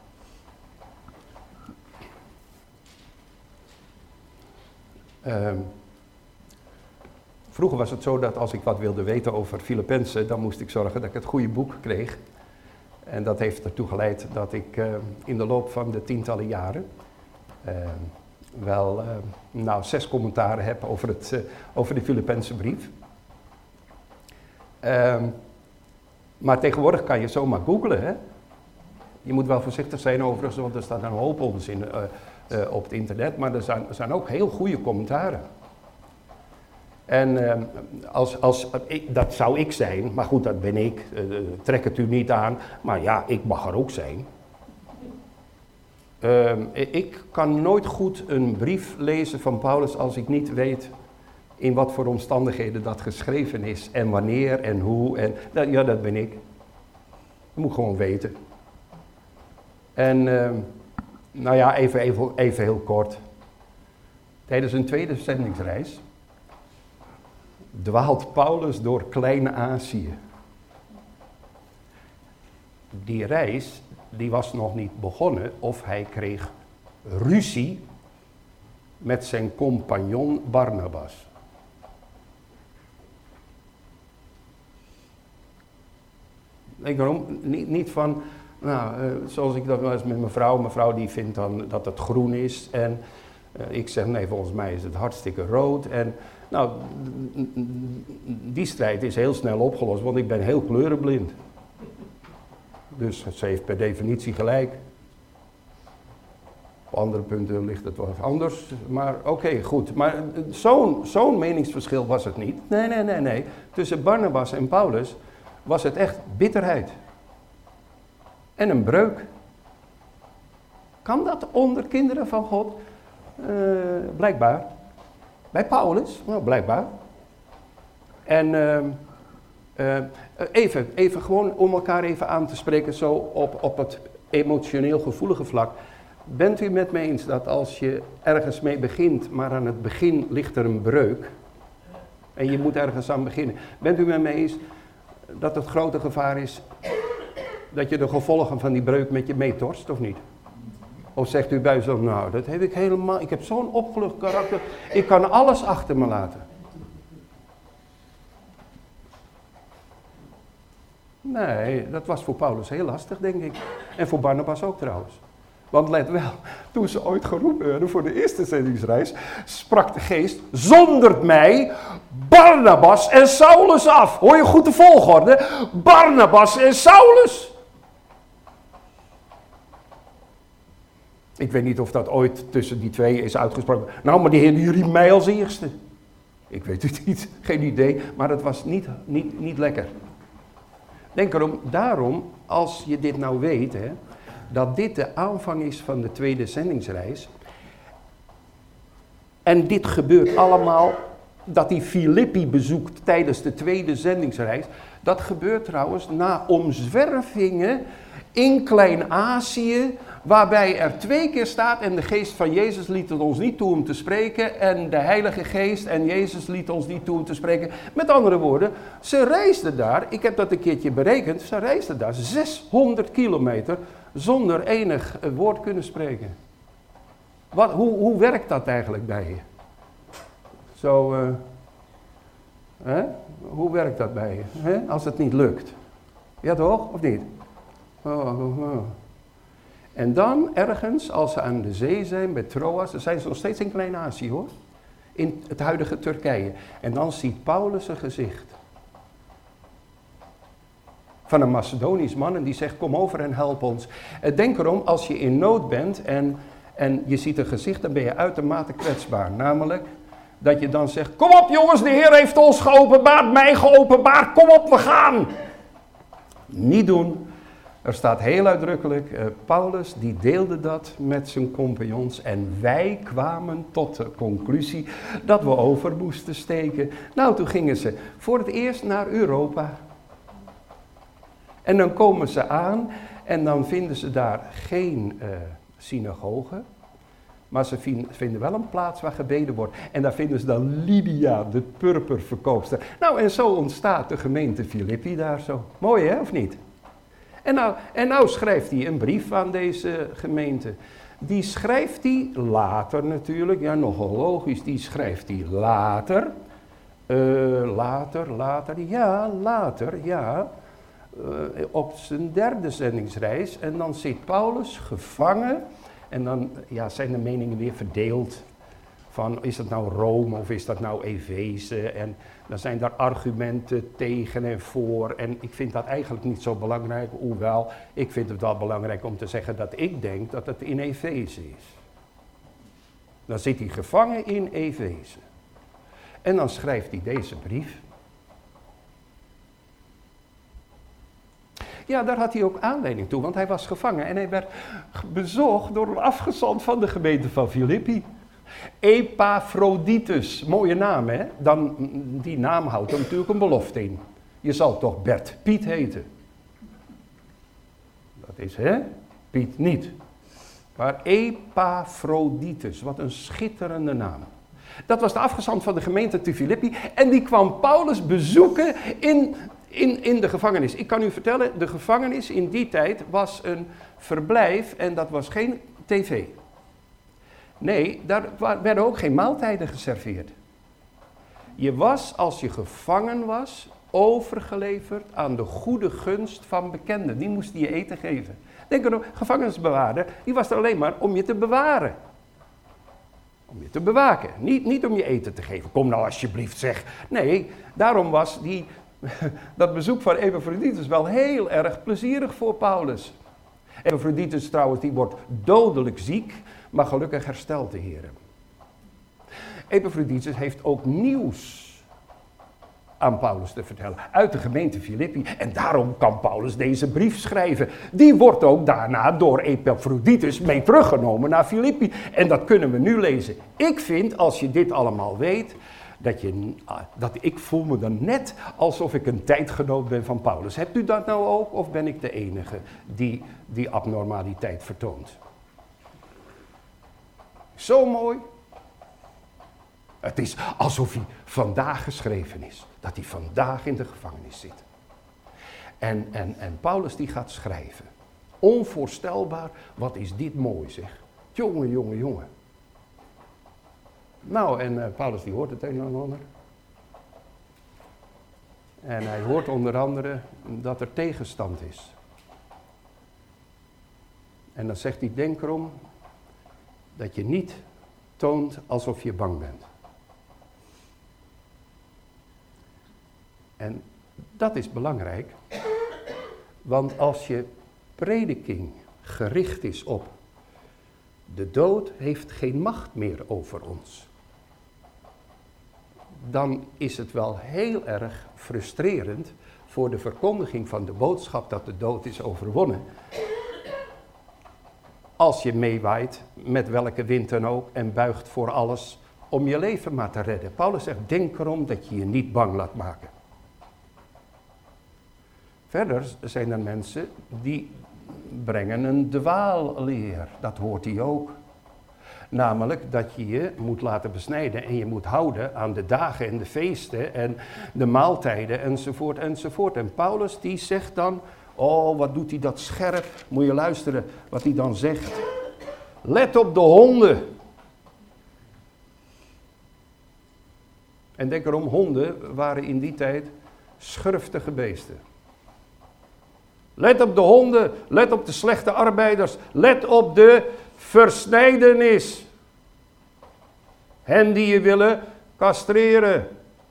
Uh, Vroeger was het zo dat als ik wat wilde weten over Filippenzen, dan moest ik zorgen dat ik het goede boek kreeg. En dat heeft ertoe geleid dat ik uh, in de loop van de tientallen jaren uh, wel uh, nou, zes commentaren heb over, het, uh, over de Filippense brief. Uh, maar tegenwoordig kan je zomaar googlen, hè. Je moet wel voorzichtig zijn overigens, want er staat een hoop onzin uh, uh, op het internet, maar er zijn, er zijn ook heel goede commentaren. En uh, als, als, ik, dat zou ik zijn, maar goed, dat ben ik, uh, trek het u niet aan, maar ja, ik mag er ook zijn. Uh, ik kan nooit goed een brief lezen van Paulus als ik niet weet in wat voor omstandigheden dat geschreven is en wanneer en hoe. En, dat, ja, dat ben ik. Dat moet ik gewoon weten. En uh, nou ja, even, even, even heel kort. Tijdens een tweede zendingsreis dwaalt Paulus door Klein-Azië. Die reis, die was nog niet begonnen of hij kreeg ruzie met zijn compagnon Barnabas. Ik waarom? Niet, niet van, nou, uh, zoals ik dat wel eens met mijn vrouw, mijn vrouw die vindt dan dat het groen is en uh, ik zeg nee, volgens mij is het hartstikke rood en nou, die strijd is heel snel opgelost, want ik ben heel kleurenblind. Dus ze heeft per definitie gelijk. Op andere punten ligt het wat anders, maar oké, okay, goed. Maar zo'n zo'n meningsverschil was het niet. Nee, nee, nee, nee. Tussen Barnabas en Paulus was het echt bitterheid. En een breuk. Kan dat onder kinderen van God? Uh, blijkbaar. Bij Paulus, nou blijkbaar. En uh, uh, even, even gewoon om elkaar even aan te spreken, zo op, op het emotioneel gevoelige vlak. Bent u met me eens dat als je ergens mee begint, maar aan het begin ligt er een breuk, en je moet ergens aan beginnen. Bent u met me eens dat het grote gevaar is dat je de gevolgen van die breuk met je meetorst, of niet? Of zegt u bij uzelf, nou, dat heb ik helemaal, ik heb zo'n opgelucht karakter, ik kan alles achter me laten. Nee, dat was voor Paulus heel lastig, denk ik. En voor Barnabas ook trouwens. Want let wel, toen ze ooit geroepen werden voor de eerste zendingsreis, sprak de geest, zondert mij Barnabas en Saulus af. Hoor je goed de volgorde? Barnabas en Saulus. Ik weet niet of dat ooit tussen die twee is uitgesproken. Nou, maar die Heer die riep mij als eerste. Ik weet het niet, geen idee, maar het was niet, niet, niet lekker. Denk erom, daarom, als je dit nou weet, hè, dat dit de aanvang is van de tweede zendingsreis. En dit gebeurt allemaal, dat hij Filippi bezoekt tijdens de tweede zendingsreis. Dat gebeurt trouwens na omzwervingen in Klein-Azië, Waarbij er twee keer staat en de geest van Jezus liet het ons niet toe om te spreken. En de Heilige Geest en Jezus liet ons niet toe om te spreken. Met andere woorden, ze reisden daar, ik heb dat een keertje berekend, ze reisden daar zeshonderd kilometer zonder enig woord kunnen spreken. Wat, hoe, hoe werkt dat eigenlijk bij je? Zo, uh, hè? Hoe werkt dat bij je? Hè? Als het niet lukt. Ja toch, of niet? Oh, oh, oh. En dan ergens, als ze aan de zee zijn, bij Troas, dan zijn ze nog steeds in Klein-Azië hoor. In het huidige Turkije. En dan ziet Paulus een gezicht. Van een Macedonisch man en die zegt, kom over en help ons. Denk erom, als je in nood bent en, en je ziet een gezicht, dan ben je uitermate kwetsbaar. Namelijk, dat je dan zegt, kom op jongens, de Heer heeft ons geopenbaard, mij geopenbaard, kom op, we gaan. Niet doen. Er staat heel uitdrukkelijk, uh, Paulus die deelde dat met zijn compagnons en wij kwamen tot de conclusie dat we over moesten steken. Nou, toen gingen ze voor het eerst naar Europa. En dan komen ze aan en dan vinden ze daar geen uh, synagoge, maar ze vinden wel een plaats waar gebeden wordt. En daar vinden ze dan Lydia, de purperverkoopster. Nou, en zo ontstaat de gemeente Filippi daar zo. Mooi hè, of niet? En nou, en nou schrijft hij een brief aan deze gemeente. Die schrijft hij later natuurlijk, ja nogal logisch, die schrijft hij later. Uh, later, later, ja, later, ja. Uh, op zijn derde zendingsreis. En dan zit Paulus gevangen. En dan ja, zijn de meningen weer verdeeld. Van is dat nou Rome of is dat nou Efeze? En dan zijn daar argumenten tegen en voor. En ik vind dat eigenlijk niet zo belangrijk. Hoewel, ik vind het wel belangrijk om te zeggen dat ik denk dat het in Efeze is. Dan zit hij gevangen in Efeze. En dan schrijft hij deze brief. Ja, daar had hij ook aanleiding toe, want hij was gevangen. En hij werd bezocht door een afgezant van de gemeente van Filippi. Epaphroditus, mooie naam hè, dan, die naam houdt er natuurlijk een belofte in. Je zal toch Bert Piet heten. Dat is hè, Piet niet. Maar Epaphroditus, wat een schitterende naam. Dat was de afgezant van de gemeente te Filippi en die kwam Paulus bezoeken in, in, in de gevangenis. Ik kan u vertellen, de gevangenis in die tijd was een verblijf en dat was geen tv. Nee, daar werden ook geen maaltijden geserveerd. Je was, als je gevangen was, overgeleverd aan de goede gunst van bekenden. Die moesten je eten geven. Denk aan een gevangenisbewaarder, die was er alleen maar om je te bewaren. Om je te bewaken, niet, niet om je eten te geven. Kom nou alsjeblieft zeg. Nee, daarom was die, dat bezoek van Epaphroditus wel heel erg plezierig voor Paulus. Epaphroditus trouwens, die wordt dodelijk ziek, maar gelukkig herstelt de Heer hem. Epaphroditus heeft ook nieuws aan Paulus te vertellen uit de gemeente Filippi. En daarom kan Paulus deze brief schrijven. Die wordt ook daarna door Epaphroditus mee teruggenomen naar Filippi. En dat kunnen we nu lezen. Ik vind, als je dit allemaal weet, dat, je, dat ik voel me dan net alsof ik een tijdgenoot ben van Paulus. Hebt u dat nou ook of ben ik de enige die die abnormaliteit vertoont? Zo mooi. Het is alsof hij vandaag geschreven is. Dat hij vandaag in de gevangenis zit. En, en, en Paulus die gaat schrijven. Onvoorstelbaar, wat is dit mooi zeg. Jongen, jongen, jongen. Nou, en uh, Paulus die hoort het een en ander. En hij hoort onder andere dat er tegenstand is. En dan zegt hij, denk erom dat je niet toont alsof je bang bent. En dat is belangrijk, want als je prediking gericht is op de dood heeft geen macht meer over ons, dan is het wel heel erg frustrerend voor de verkondiging van de boodschap dat de dood is overwonnen. Als je meewaait met welke wind dan ook en buigt voor alles om je leven maar te redden. Paulus zegt, denk erom dat je je niet bang laat maken. Verder zijn er mensen die brengen een dwaalleer. Dat hoort hij ook. Namelijk dat je je moet laten besnijden en je moet houden aan de dagen en de feesten en de maaltijden enzovoort enzovoort. En Paulus die zegt dan, oh wat doet hij dat scherp, moet je luisteren wat hij dan zegt. Let op de honden. En denk erom, honden waren in die tijd schurftige beesten. Let op de honden, let op de slechte arbeiders, let op de versnijdenis. Hen die je willen castreren.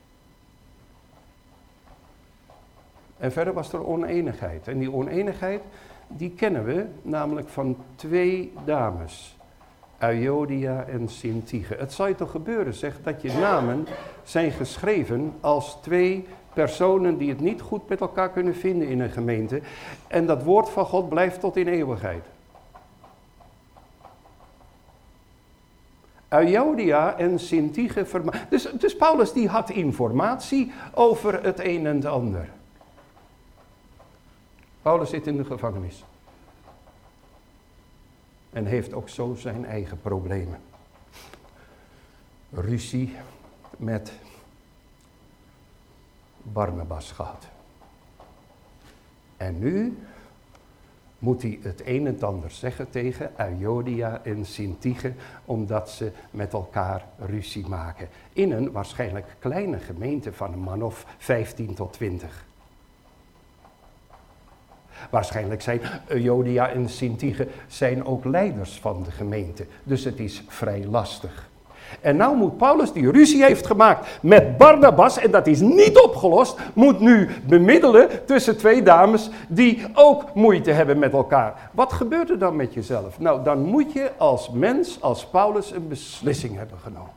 En verder was er oneenigheid. En die oneenigheid, die kennen we namelijk van twee dames. Euodia en Syntyche. Het zal je toch gebeuren, zeg, dat je namen zijn geschreven als twee personen die het niet goed met elkaar kunnen vinden in een gemeente. En dat woord van God blijft tot in eeuwigheid. Euodia en Syntyche. Verma- dus, dus Paulus die had informatie over het een en het ander. Paulus zit in de gevangenis. En heeft ook zo zijn eigen problemen. Ruzie met Barnabas gehad. En nu moet hij het een en het ander zeggen tegen Euodia en Syntyche, omdat ze met elkaar ruzie maken. In een waarschijnlijk kleine gemeente van een man of vijftien tot twintig. Waarschijnlijk zijn Euodia en Syntyche zijn ook leiders van de gemeente. Dus het is vrij lastig. En nou moet Paulus, die ruzie heeft gemaakt met Barnabas, en dat is niet opgelost, moet nu bemiddelen tussen twee dames die ook moeite hebben met elkaar. Wat gebeurt er dan met jezelf? Nou, dan moet je als mens, als Paulus, een beslissing hebben genomen.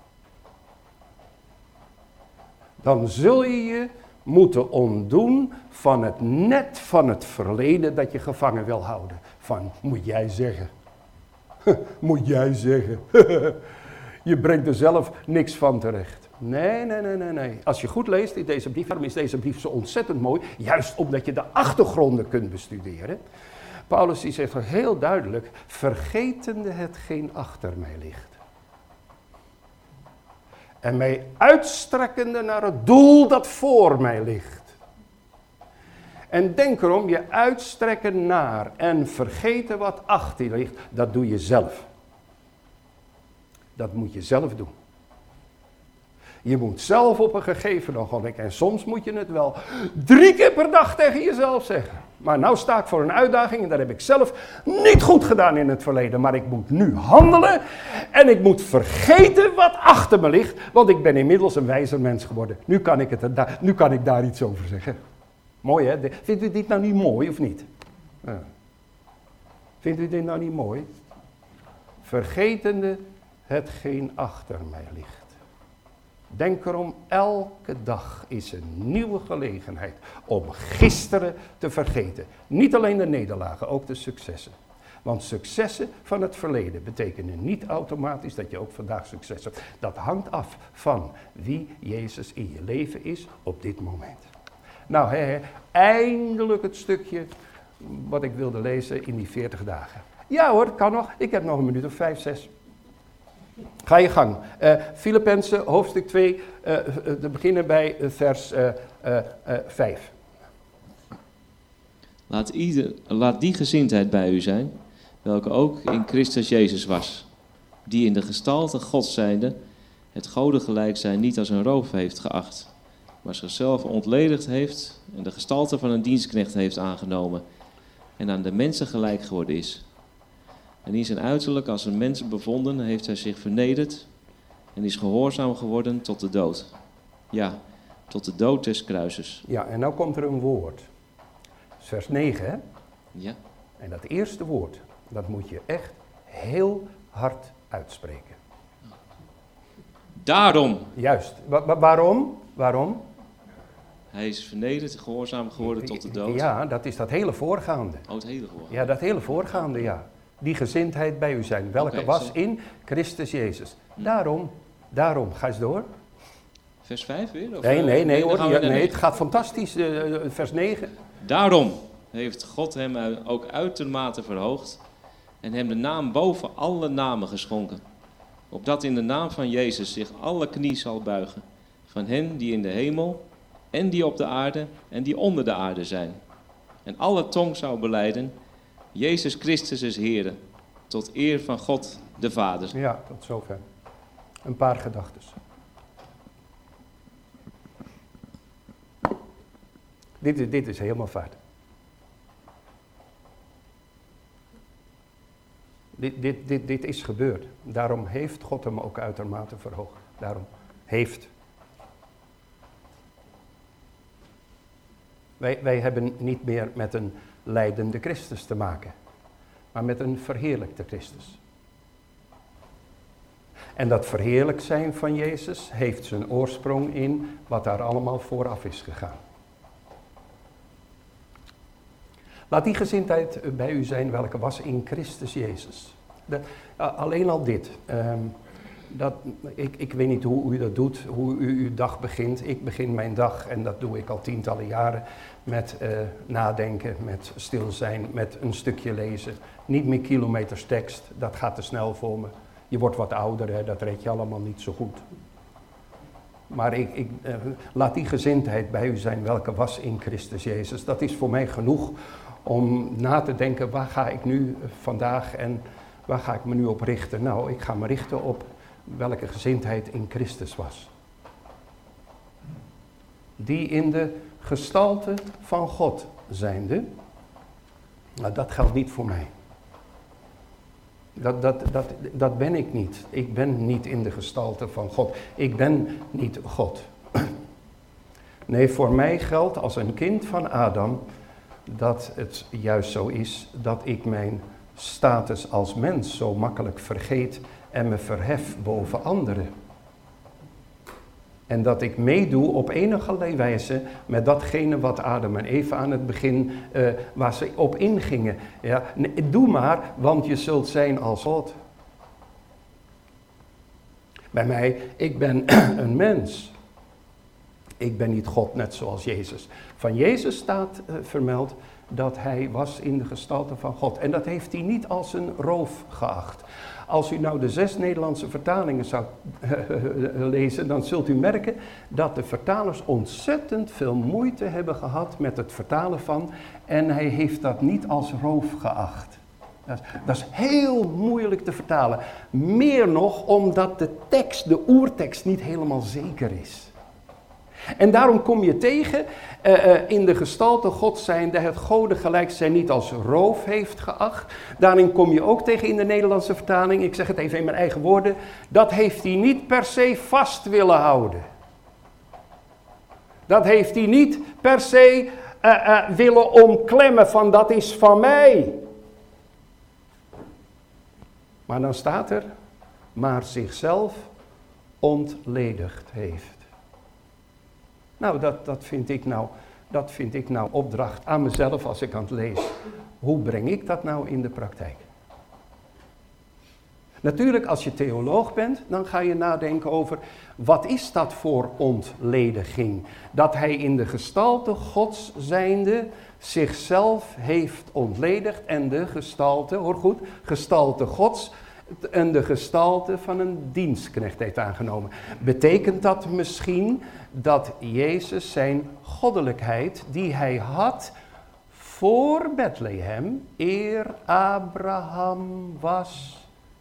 Dan zul je je moeten ontdoen van het net van het verleden dat je gevangen wil houden. Van, moet jij zeggen. Moet jij zeggen. Je brengt er zelf niks van terecht. Nee, nee, nee, nee, nee. Als je goed leest in deze brief, daarom is deze brief zo ontzettend mooi, juist omdat je de achtergronden kunt bestuderen. Paulus die zegt heel duidelijk, vergetende hetgeen achter mij ligt. En mij uitstrekkende naar het doel dat voor mij ligt. En denk erom, je uitstrekken naar en vergeten wat achter je ligt, dat doe je zelf. Dat moet je zelf doen. Je moet zelf op een gegeven ogenblik, en soms moet je het wel drie keer per dag tegen jezelf zeggen. Maar nou sta ik voor een uitdaging en dat heb ik zelf niet goed gedaan in het verleden. Maar ik moet nu handelen en ik moet vergeten wat achter me ligt. Want ik ben inmiddels een wijzer mens geworden. Nu kan ik, het er da- nu kan ik daar iets over zeggen. Mooi hè? Vindt u dit nou niet mooi of niet? Ja. Vindt u dit nou niet mooi? Vergetende hetgeen achter mij ligt. Denk erom, elke dag is een nieuwe gelegenheid om gisteren te vergeten. Niet alleen de nederlagen, ook de successen. Want successen van het verleden betekenen niet automatisch dat je ook vandaag succes hebt. Dat hangt af van wie Jezus in je leven is op dit moment. Nou, he, he, eindelijk het stukje wat ik wilde lezen in die veertig dagen. Ja hoor, kan nog. Ik heb nog een minuut of vijf, zes. Ga je gang. Uh, Filippenzen, hoofdstuk twee, uh, uh, te beginnen bij uh, vers uh, uh, uh, vijf. Laat, ieder, laat die gezindheid bij u zijn, welke ook in Christus Jezus was, die in de gestalte Gods zijnde het Gode gelijk zijn niet als een roof heeft geacht, maar zichzelf ontledigd heeft en de gestalte van een dienstknecht heeft aangenomen en aan de mensen gelijk geworden is. En in zijn uiterlijk als een mens bevonden heeft hij zich vernederd en is gehoorzaam geworden tot de dood. Ja, tot de dood des kruises. Ja, en nou komt er een woord. Vers negen, hè? Ja. En dat eerste woord, dat moet je echt heel hard uitspreken. Daarom. Juist. Wa- wa- waarom? Waarom? Hij is vernederd, gehoorzaam geworden tot de dood. Ja, dat is dat hele voorgaande. Oh, het hele gehoor. Ja, dat hele voorgaande, ja. Die gezindheid bij u zijn, welke Okay, was zo. in Christus Jezus. Daarom, daarom, ga eens door. Vers vijf weer? Of, Nee, nee, nee dan hoor, gaan we ja, naar nee, negen. het gaat fantastisch, uh, vers negen. Daarom, heeft God hem ook uitermate verhoogd en hem de naam boven alle namen geschonken. Opdat in de naam van Jezus zich alle knie zal buigen, van hen die in de hemel en die op de aarde en die onder de aarde zijn. En alle tong zou belijden, Jezus Christus is Heer, tot eer van God de Vader. Ja, tot zover. Een paar gedachten. Dit is, dit is helemaal fout. Dit, dit, dit, dit is gebeurd. Daarom heeft God hem ook uitermate verhoogd. Daarom heeft. Wij, wij hebben niet meer met een lijdende Christus te maken, maar met een verheerlijkte Christus. En dat verheerlijkt zijn van Jezus heeft zijn oorsprong in wat daar allemaal vooraf is gegaan. Laat die gezindheid bij u zijn welke was in Christus Jezus. De, uh, alleen al dit. Um, dat, ik, ik weet niet hoe u dat doet, hoe u uw dag begint. Ik begin mijn dag, en dat doe ik al tientallen jaren, met uh, nadenken, met stil zijn, met een stukje lezen. Niet meer kilometers tekst, dat gaat te snel voor me. Je wordt wat ouder, hè, dat red je allemaal niet zo goed. Maar ik, ik, uh, laat die gezindheid bij u zijn welke was in Christus Jezus. Dat is voor mij genoeg om na te denken, waar ga ik nu vandaag en waar ga ik me nu op richten? Nou, ik ga me richten op welke gezindheid in Christus was. Die in de gestalte van God zijnde. Nou, dat geldt niet voor mij. Dat, dat, dat, dat ben ik niet. Ik ben niet in de gestalte van God. Ik ben niet God. Nee, voor mij geldt als een kind van Adam dat het juist zo is dat ik mijn status als mens zo makkelijk vergeet en me verhef boven anderen. En dat ik meedoe op enige wijze met datgene wat Adam en Eva aan het begin, uh, waar ze op ingingen. Ja, nee, doe maar, want je zult zijn als God. Bij mij, ik ben een mens. Ik ben niet God, net zoals Jezus. Van Jezus staat uh, vermeld dat hij was in de gestalte van God. En dat heeft hij niet als een roof geacht. Als u nou de zes Nederlandse vertalingen zou uh, lezen, dan zult u merken dat de vertalers ontzettend veel moeite hebben gehad met het vertalen van. En hij heeft dat niet als roof geacht. Dat is, dat is heel moeilijk te vertalen. Meer nog omdat de tekst, de oertekst, niet helemaal zeker is. En daarom kom je tegen, uh, uh, in de gestalte God zijnde, het goden gelijk zijn niet als roof heeft geacht. Daarin kom je ook tegen in de Nederlandse vertaling, ik zeg het even in mijn eigen woorden, dat heeft hij niet per se vast willen houden. Dat heeft hij niet per se uh, uh, willen omklemmen van dat is van mij. Maar dan staat er, maar zichzelf ontledigd heeft. Nou, dat, dat, vind ik nou, dat vind ik nou opdracht aan mezelf als ik aan het lezen. Hoe breng ik dat nou in de praktijk? Natuurlijk, als je theoloog bent, dan ga je nadenken over, wat is dat voor ontlediging? Dat hij in de gestalte Gods zijnde zichzelf heeft ontledigd en de gestalte, hoor goed, gestalte Gods en de gestalte van een dienstknecht heeft aangenomen. Betekent dat misschien dat Jezus zijn goddelijkheid die hij had voor Bethlehem, eer Abraham was,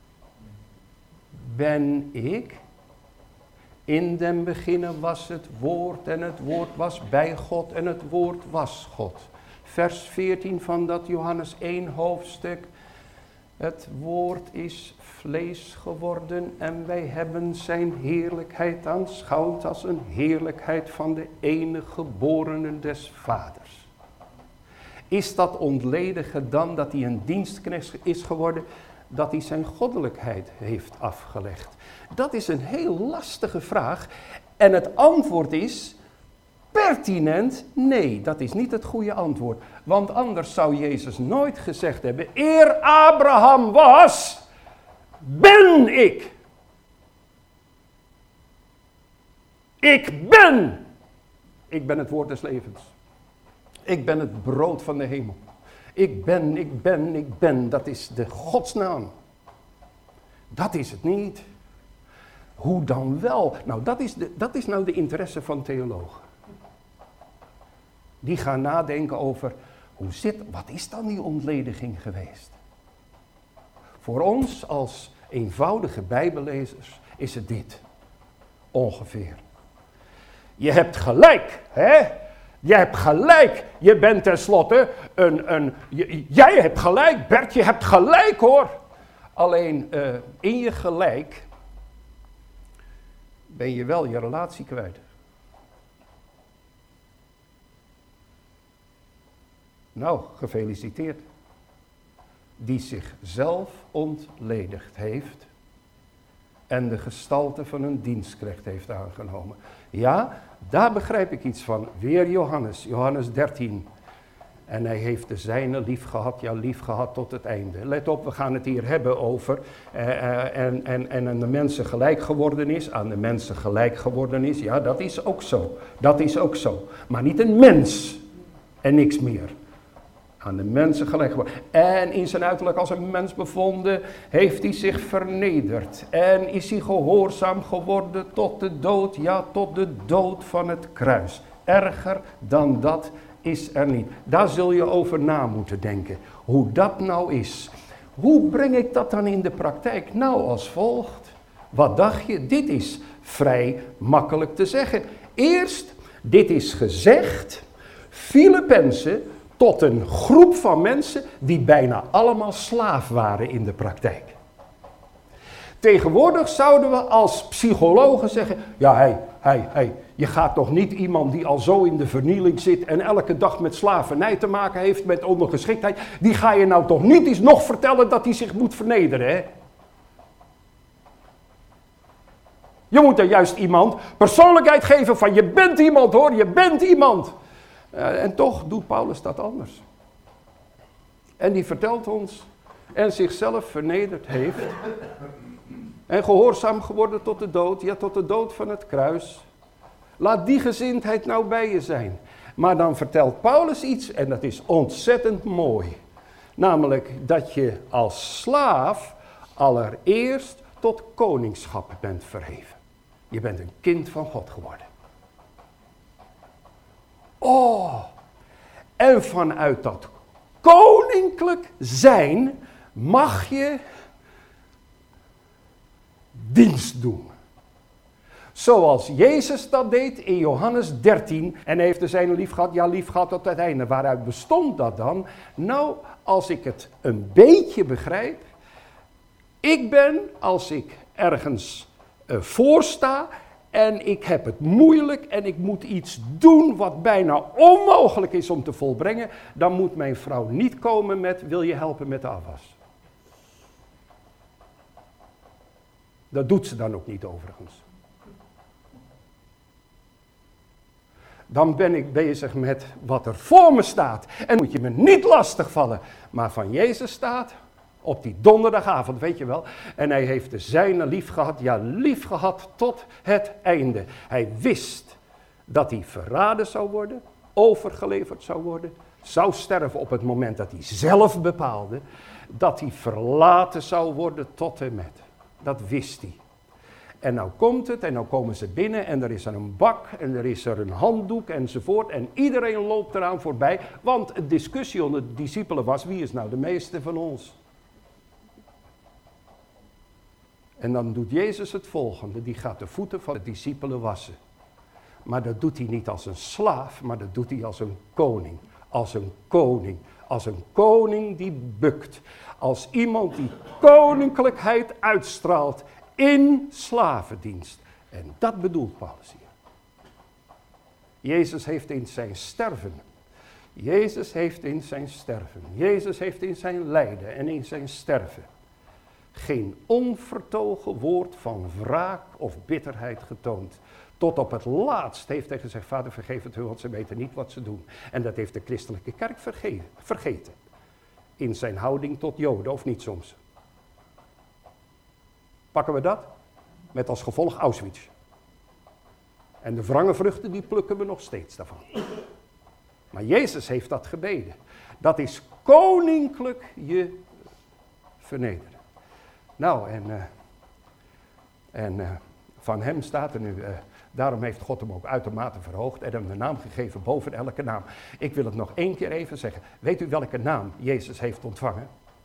ben ik. In den beginnen was het woord en het woord was bij God en het woord was God. Vers veertien van dat Johannes één hoofdstuk. Het woord is vlees geworden en wij hebben zijn heerlijkheid aanschouwd als een heerlijkheid van de enige geborene des vaders. Is dat ontledigen dan dat hij een dienstknecht is geworden, dat hij zijn goddelijkheid heeft afgelegd? Dat is een heel lastige vraag en het antwoord is pertinent, nee, dat is niet het goede antwoord. Want anders zou Jezus nooit gezegd hebben, eer Abraham was, ben ik. Ik ben. Ik ben het woord des levens. Ik ben het brood van de hemel. Ik ben, ik ben, ik ben. Dat is de godsnaam. Dat is het niet. Hoe dan wel? Nou, dat is, de, dat is nou de interesse van theologen. Die gaan nadenken over, hoe zit, wat is dan die ontlediging geweest? Voor ons als eenvoudige bijbellezers is het dit. Ongeveer. Je hebt gelijk, hè? Je hebt gelijk. Je bent tenslotte een... een je, jij hebt gelijk, Bert, je hebt gelijk hoor. Alleen uh, in je gelijk ben je wel je relatie kwijt. Nou, gefeliciteerd. Die zichzelf ontledigd heeft en de gestalte van een dienstknecht heeft aangenomen. Ja, daar begrijp ik iets van. Weer Johannes, Johannes dertien. En hij heeft de zijne lief gehad, ja lief gehad tot het einde. Let op, we gaan het hier hebben over uh, uh, en, en, en aan de mensen gelijk geworden is. Aan de mensen gelijk geworden is, ja dat is ook zo. Dat is ook zo. Maar niet een mens en niks meer. Aan de mensen gelijk geworden. En in zijn uiterlijk als een mens bevonden, heeft hij zich vernederd. En is hij gehoorzaam geworden tot de dood, ja tot de dood van het kruis. Erger dan dat is er niet. Daar zul je over na moeten denken. Hoe dat nou is. Hoe breng ik dat dan in de praktijk? Nou als volgt. Wat dacht je? Dit is vrij makkelijk te zeggen. Eerst, dit is gezegd. Filippenzen tot een groep van mensen die bijna allemaal slaaf waren in de praktijk. Tegenwoordig zouden we als psychologen zeggen, ja, hey, hey, hey, je gaat toch niet iemand die al zo in de vernieling zit en elke dag met slavernij te maken heeft, met ondergeschiktheid, die ga je nou toch niet eens nog vertellen dat hij zich moet vernederen, hè? Je moet er juist iemand persoonlijkheid geven van je bent iemand hoor, je bent iemand. Uh, en toch doet Paulus dat anders. En die vertelt ons en zichzelf vernederd heeft en gehoorzaam geworden tot de dood, ja tot de dood van het kruis. Laat die gezindheid nou bij je zijn. Maar dan vertelt Paulus iets en dat is ontzettend mooi. Namelijk dat je als slaaf allereerst tot koningschap bent verheven. Je bent een kind van God geworden. Oh, en vanuit dat koninklijk zijn mag je dienst doen. Zoals Jezus dat deed in Johannes dertien. En hij heeft de zijne lief gehad, ja lief gehad tot het einde. Waaruit bestond dat dan? Nou, als ik het een beetje begrijp. Ik ben, als ik ergens uh, voor sta en ik heb het moeilijk en ik moet iets doen wat bijna onmogelijk is om te volbrengen. Dan moet mijn vrouw niet komen met, wil je helpen met de afwas? Dat doet ze dan ook niet overigens. Dan ben ik bezig met wat er voor me staat. En moet je me niet lastigvallen. Maar van Jezus staat op die donderdagavond, weet je wel. En hij heeft de zijne lief gehad, ja lief gehad tot het einde. Hij wist dat hij verraden zou worden, overgeleverd zou worden. Zou sterven op het moment dat hij zelf bepaalde. Dat hij verlaten zou worden tot en met. Dat wist hij. En nou komt het en nou komen ze binnen en er is er een bak en er is er een handdoek enzovoort. En iedereen loopt eraan voorbij, want de discussie onder de discipelen was, wie is nou de meeste van ons? En dan doet Jezus het volgende, die gaat de voeten van de discipelen wassen. Maar dat doet hij niet als een slaaf, maar dat doet hij als een koning. Als een koning, als een koning die bukt. Als iemand die koninklijkheid uitstraalt in slavendienst. En dat bedoelt Paulus hier. Jezus heeft in zijn sterven, Jezus heeft in zijn sterven, Jezus heeft in zijn lijden en in zijn sterven geen onvertogen woord van wraak of bitterheid getoond. Tot op het laatst heeft hij gezegd, Vader vergeef het hun, want ze weten niet wat ze doen. En dat heeft de christelijke kerk vergeten. vergeten. In zijn houding tot Joden, of niet soms. Pakken we dat? Met als gevolg Auschwitz. En de wrange vruchten, die plukken we nog steeds daarvan. Maar Jezus heeft dat gebeden. Dat is koninklijk je vernederen. Nou, en, uh, en uh, van hem staat er nu, uh, daarom heeft God hem ook uitermate verhoogd en hem de naam gegeven boven elke naam. Ik wil het nog één keer even zeggen. Weet u welke naam Jezus heeft ontvangen?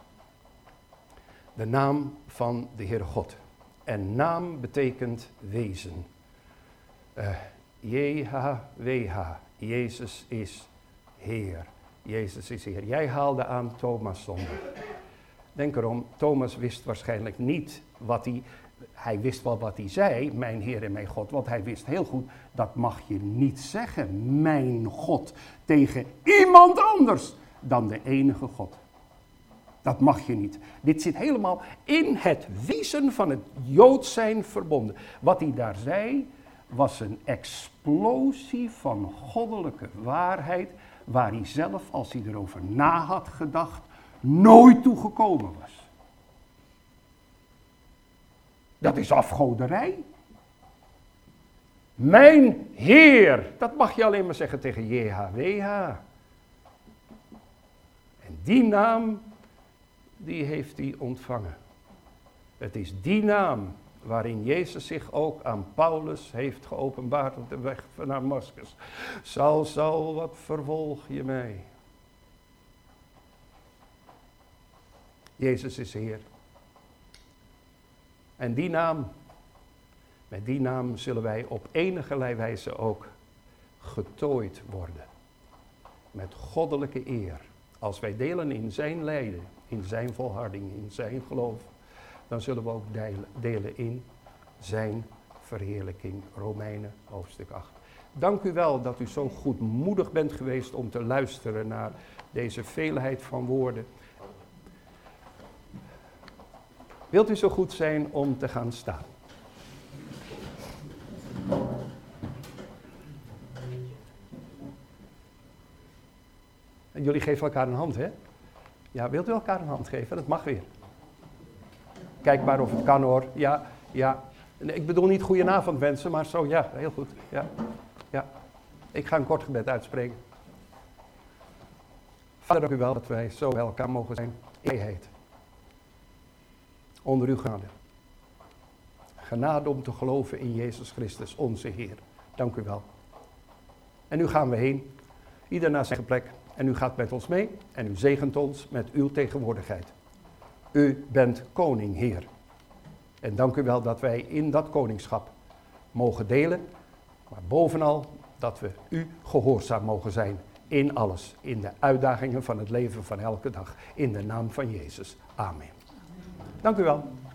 De naam van de Heere God. En naam betekent wezen. Uh, J H W H. Jezus is Heer. Jezus is Heer. Jij haalde aan Thomas zondag. Denk erom, Thomas wist waarschijnlijk niet wat hij... Hij wist wel wat hij zei, mijn Heer en mijn God. Want hij wist heel goed, dat mag je niet zeggen, mijn God. Tegen iemand anders dan de enige God. Dat mag je niet. Dit zit helemaal in het wezen van het Joods zijn verbonden. Wat hij daar zei, was een explosie van goddelijke waarheid, waar hij zelf, als hij erover na had gedacht, nooit toe gekomen was. Dat is afgoderij. Mijn Heer, dat mag je alleen maar zeggen tegen J H W H. En die naam, die heeft hij ontvangen. Het is die naam waarin Jezus zich ook aan Paulus heeft geopenbaard op de weg van Damascus. Saul, Saul, wat vervolg je mij? Jezus is Heer. En die naam, met die naam zullen wij op enigerlei wijze ook getooid worden. Met goddelijke eer. Als wij delen in zijn lijden, in zijn volharding, in zijn geloof, dan zullen we ook delen in zijn verheerlijking. Romeinen hoofdstuk acht. Dank u wel dat u zo goedmoedig bent geweest om te luisteren naar deze veelheid van woorden. Wilt u zo goed zijn om te gaan staan? En jullie geven elkaar een hand, hè? Ja, wilt u elkaar een hand geven? Dat mag weer. Kijk maar of het kan, hoor. Ja, ja. Ik bedoel niet goedenavond wensen, maar zo, ja, heel goed. Ja, ja. Ik ga een kort gebed uitspreken. Vader, dank u wel dat wij zo bij elkaar mogen zijn. Eenheid. Onder uw genade. Genade om te geloven in Jezus Christus, onze Heer. Dank u wel. En nu gaan we heen. Ieder naar zijn plek. En u gaat met ons mee. En u zegent ons met uw tegenwoordigheid. U bent koning, Heer. En dank u wel dat wij in dat koningschap mogen delen. Maar bovenal dat we u gehoorzaam mogen zijn in alles. In de uitdagingen van het leven van elke dag. In de naam van Jezus. Amen. Dank u wel.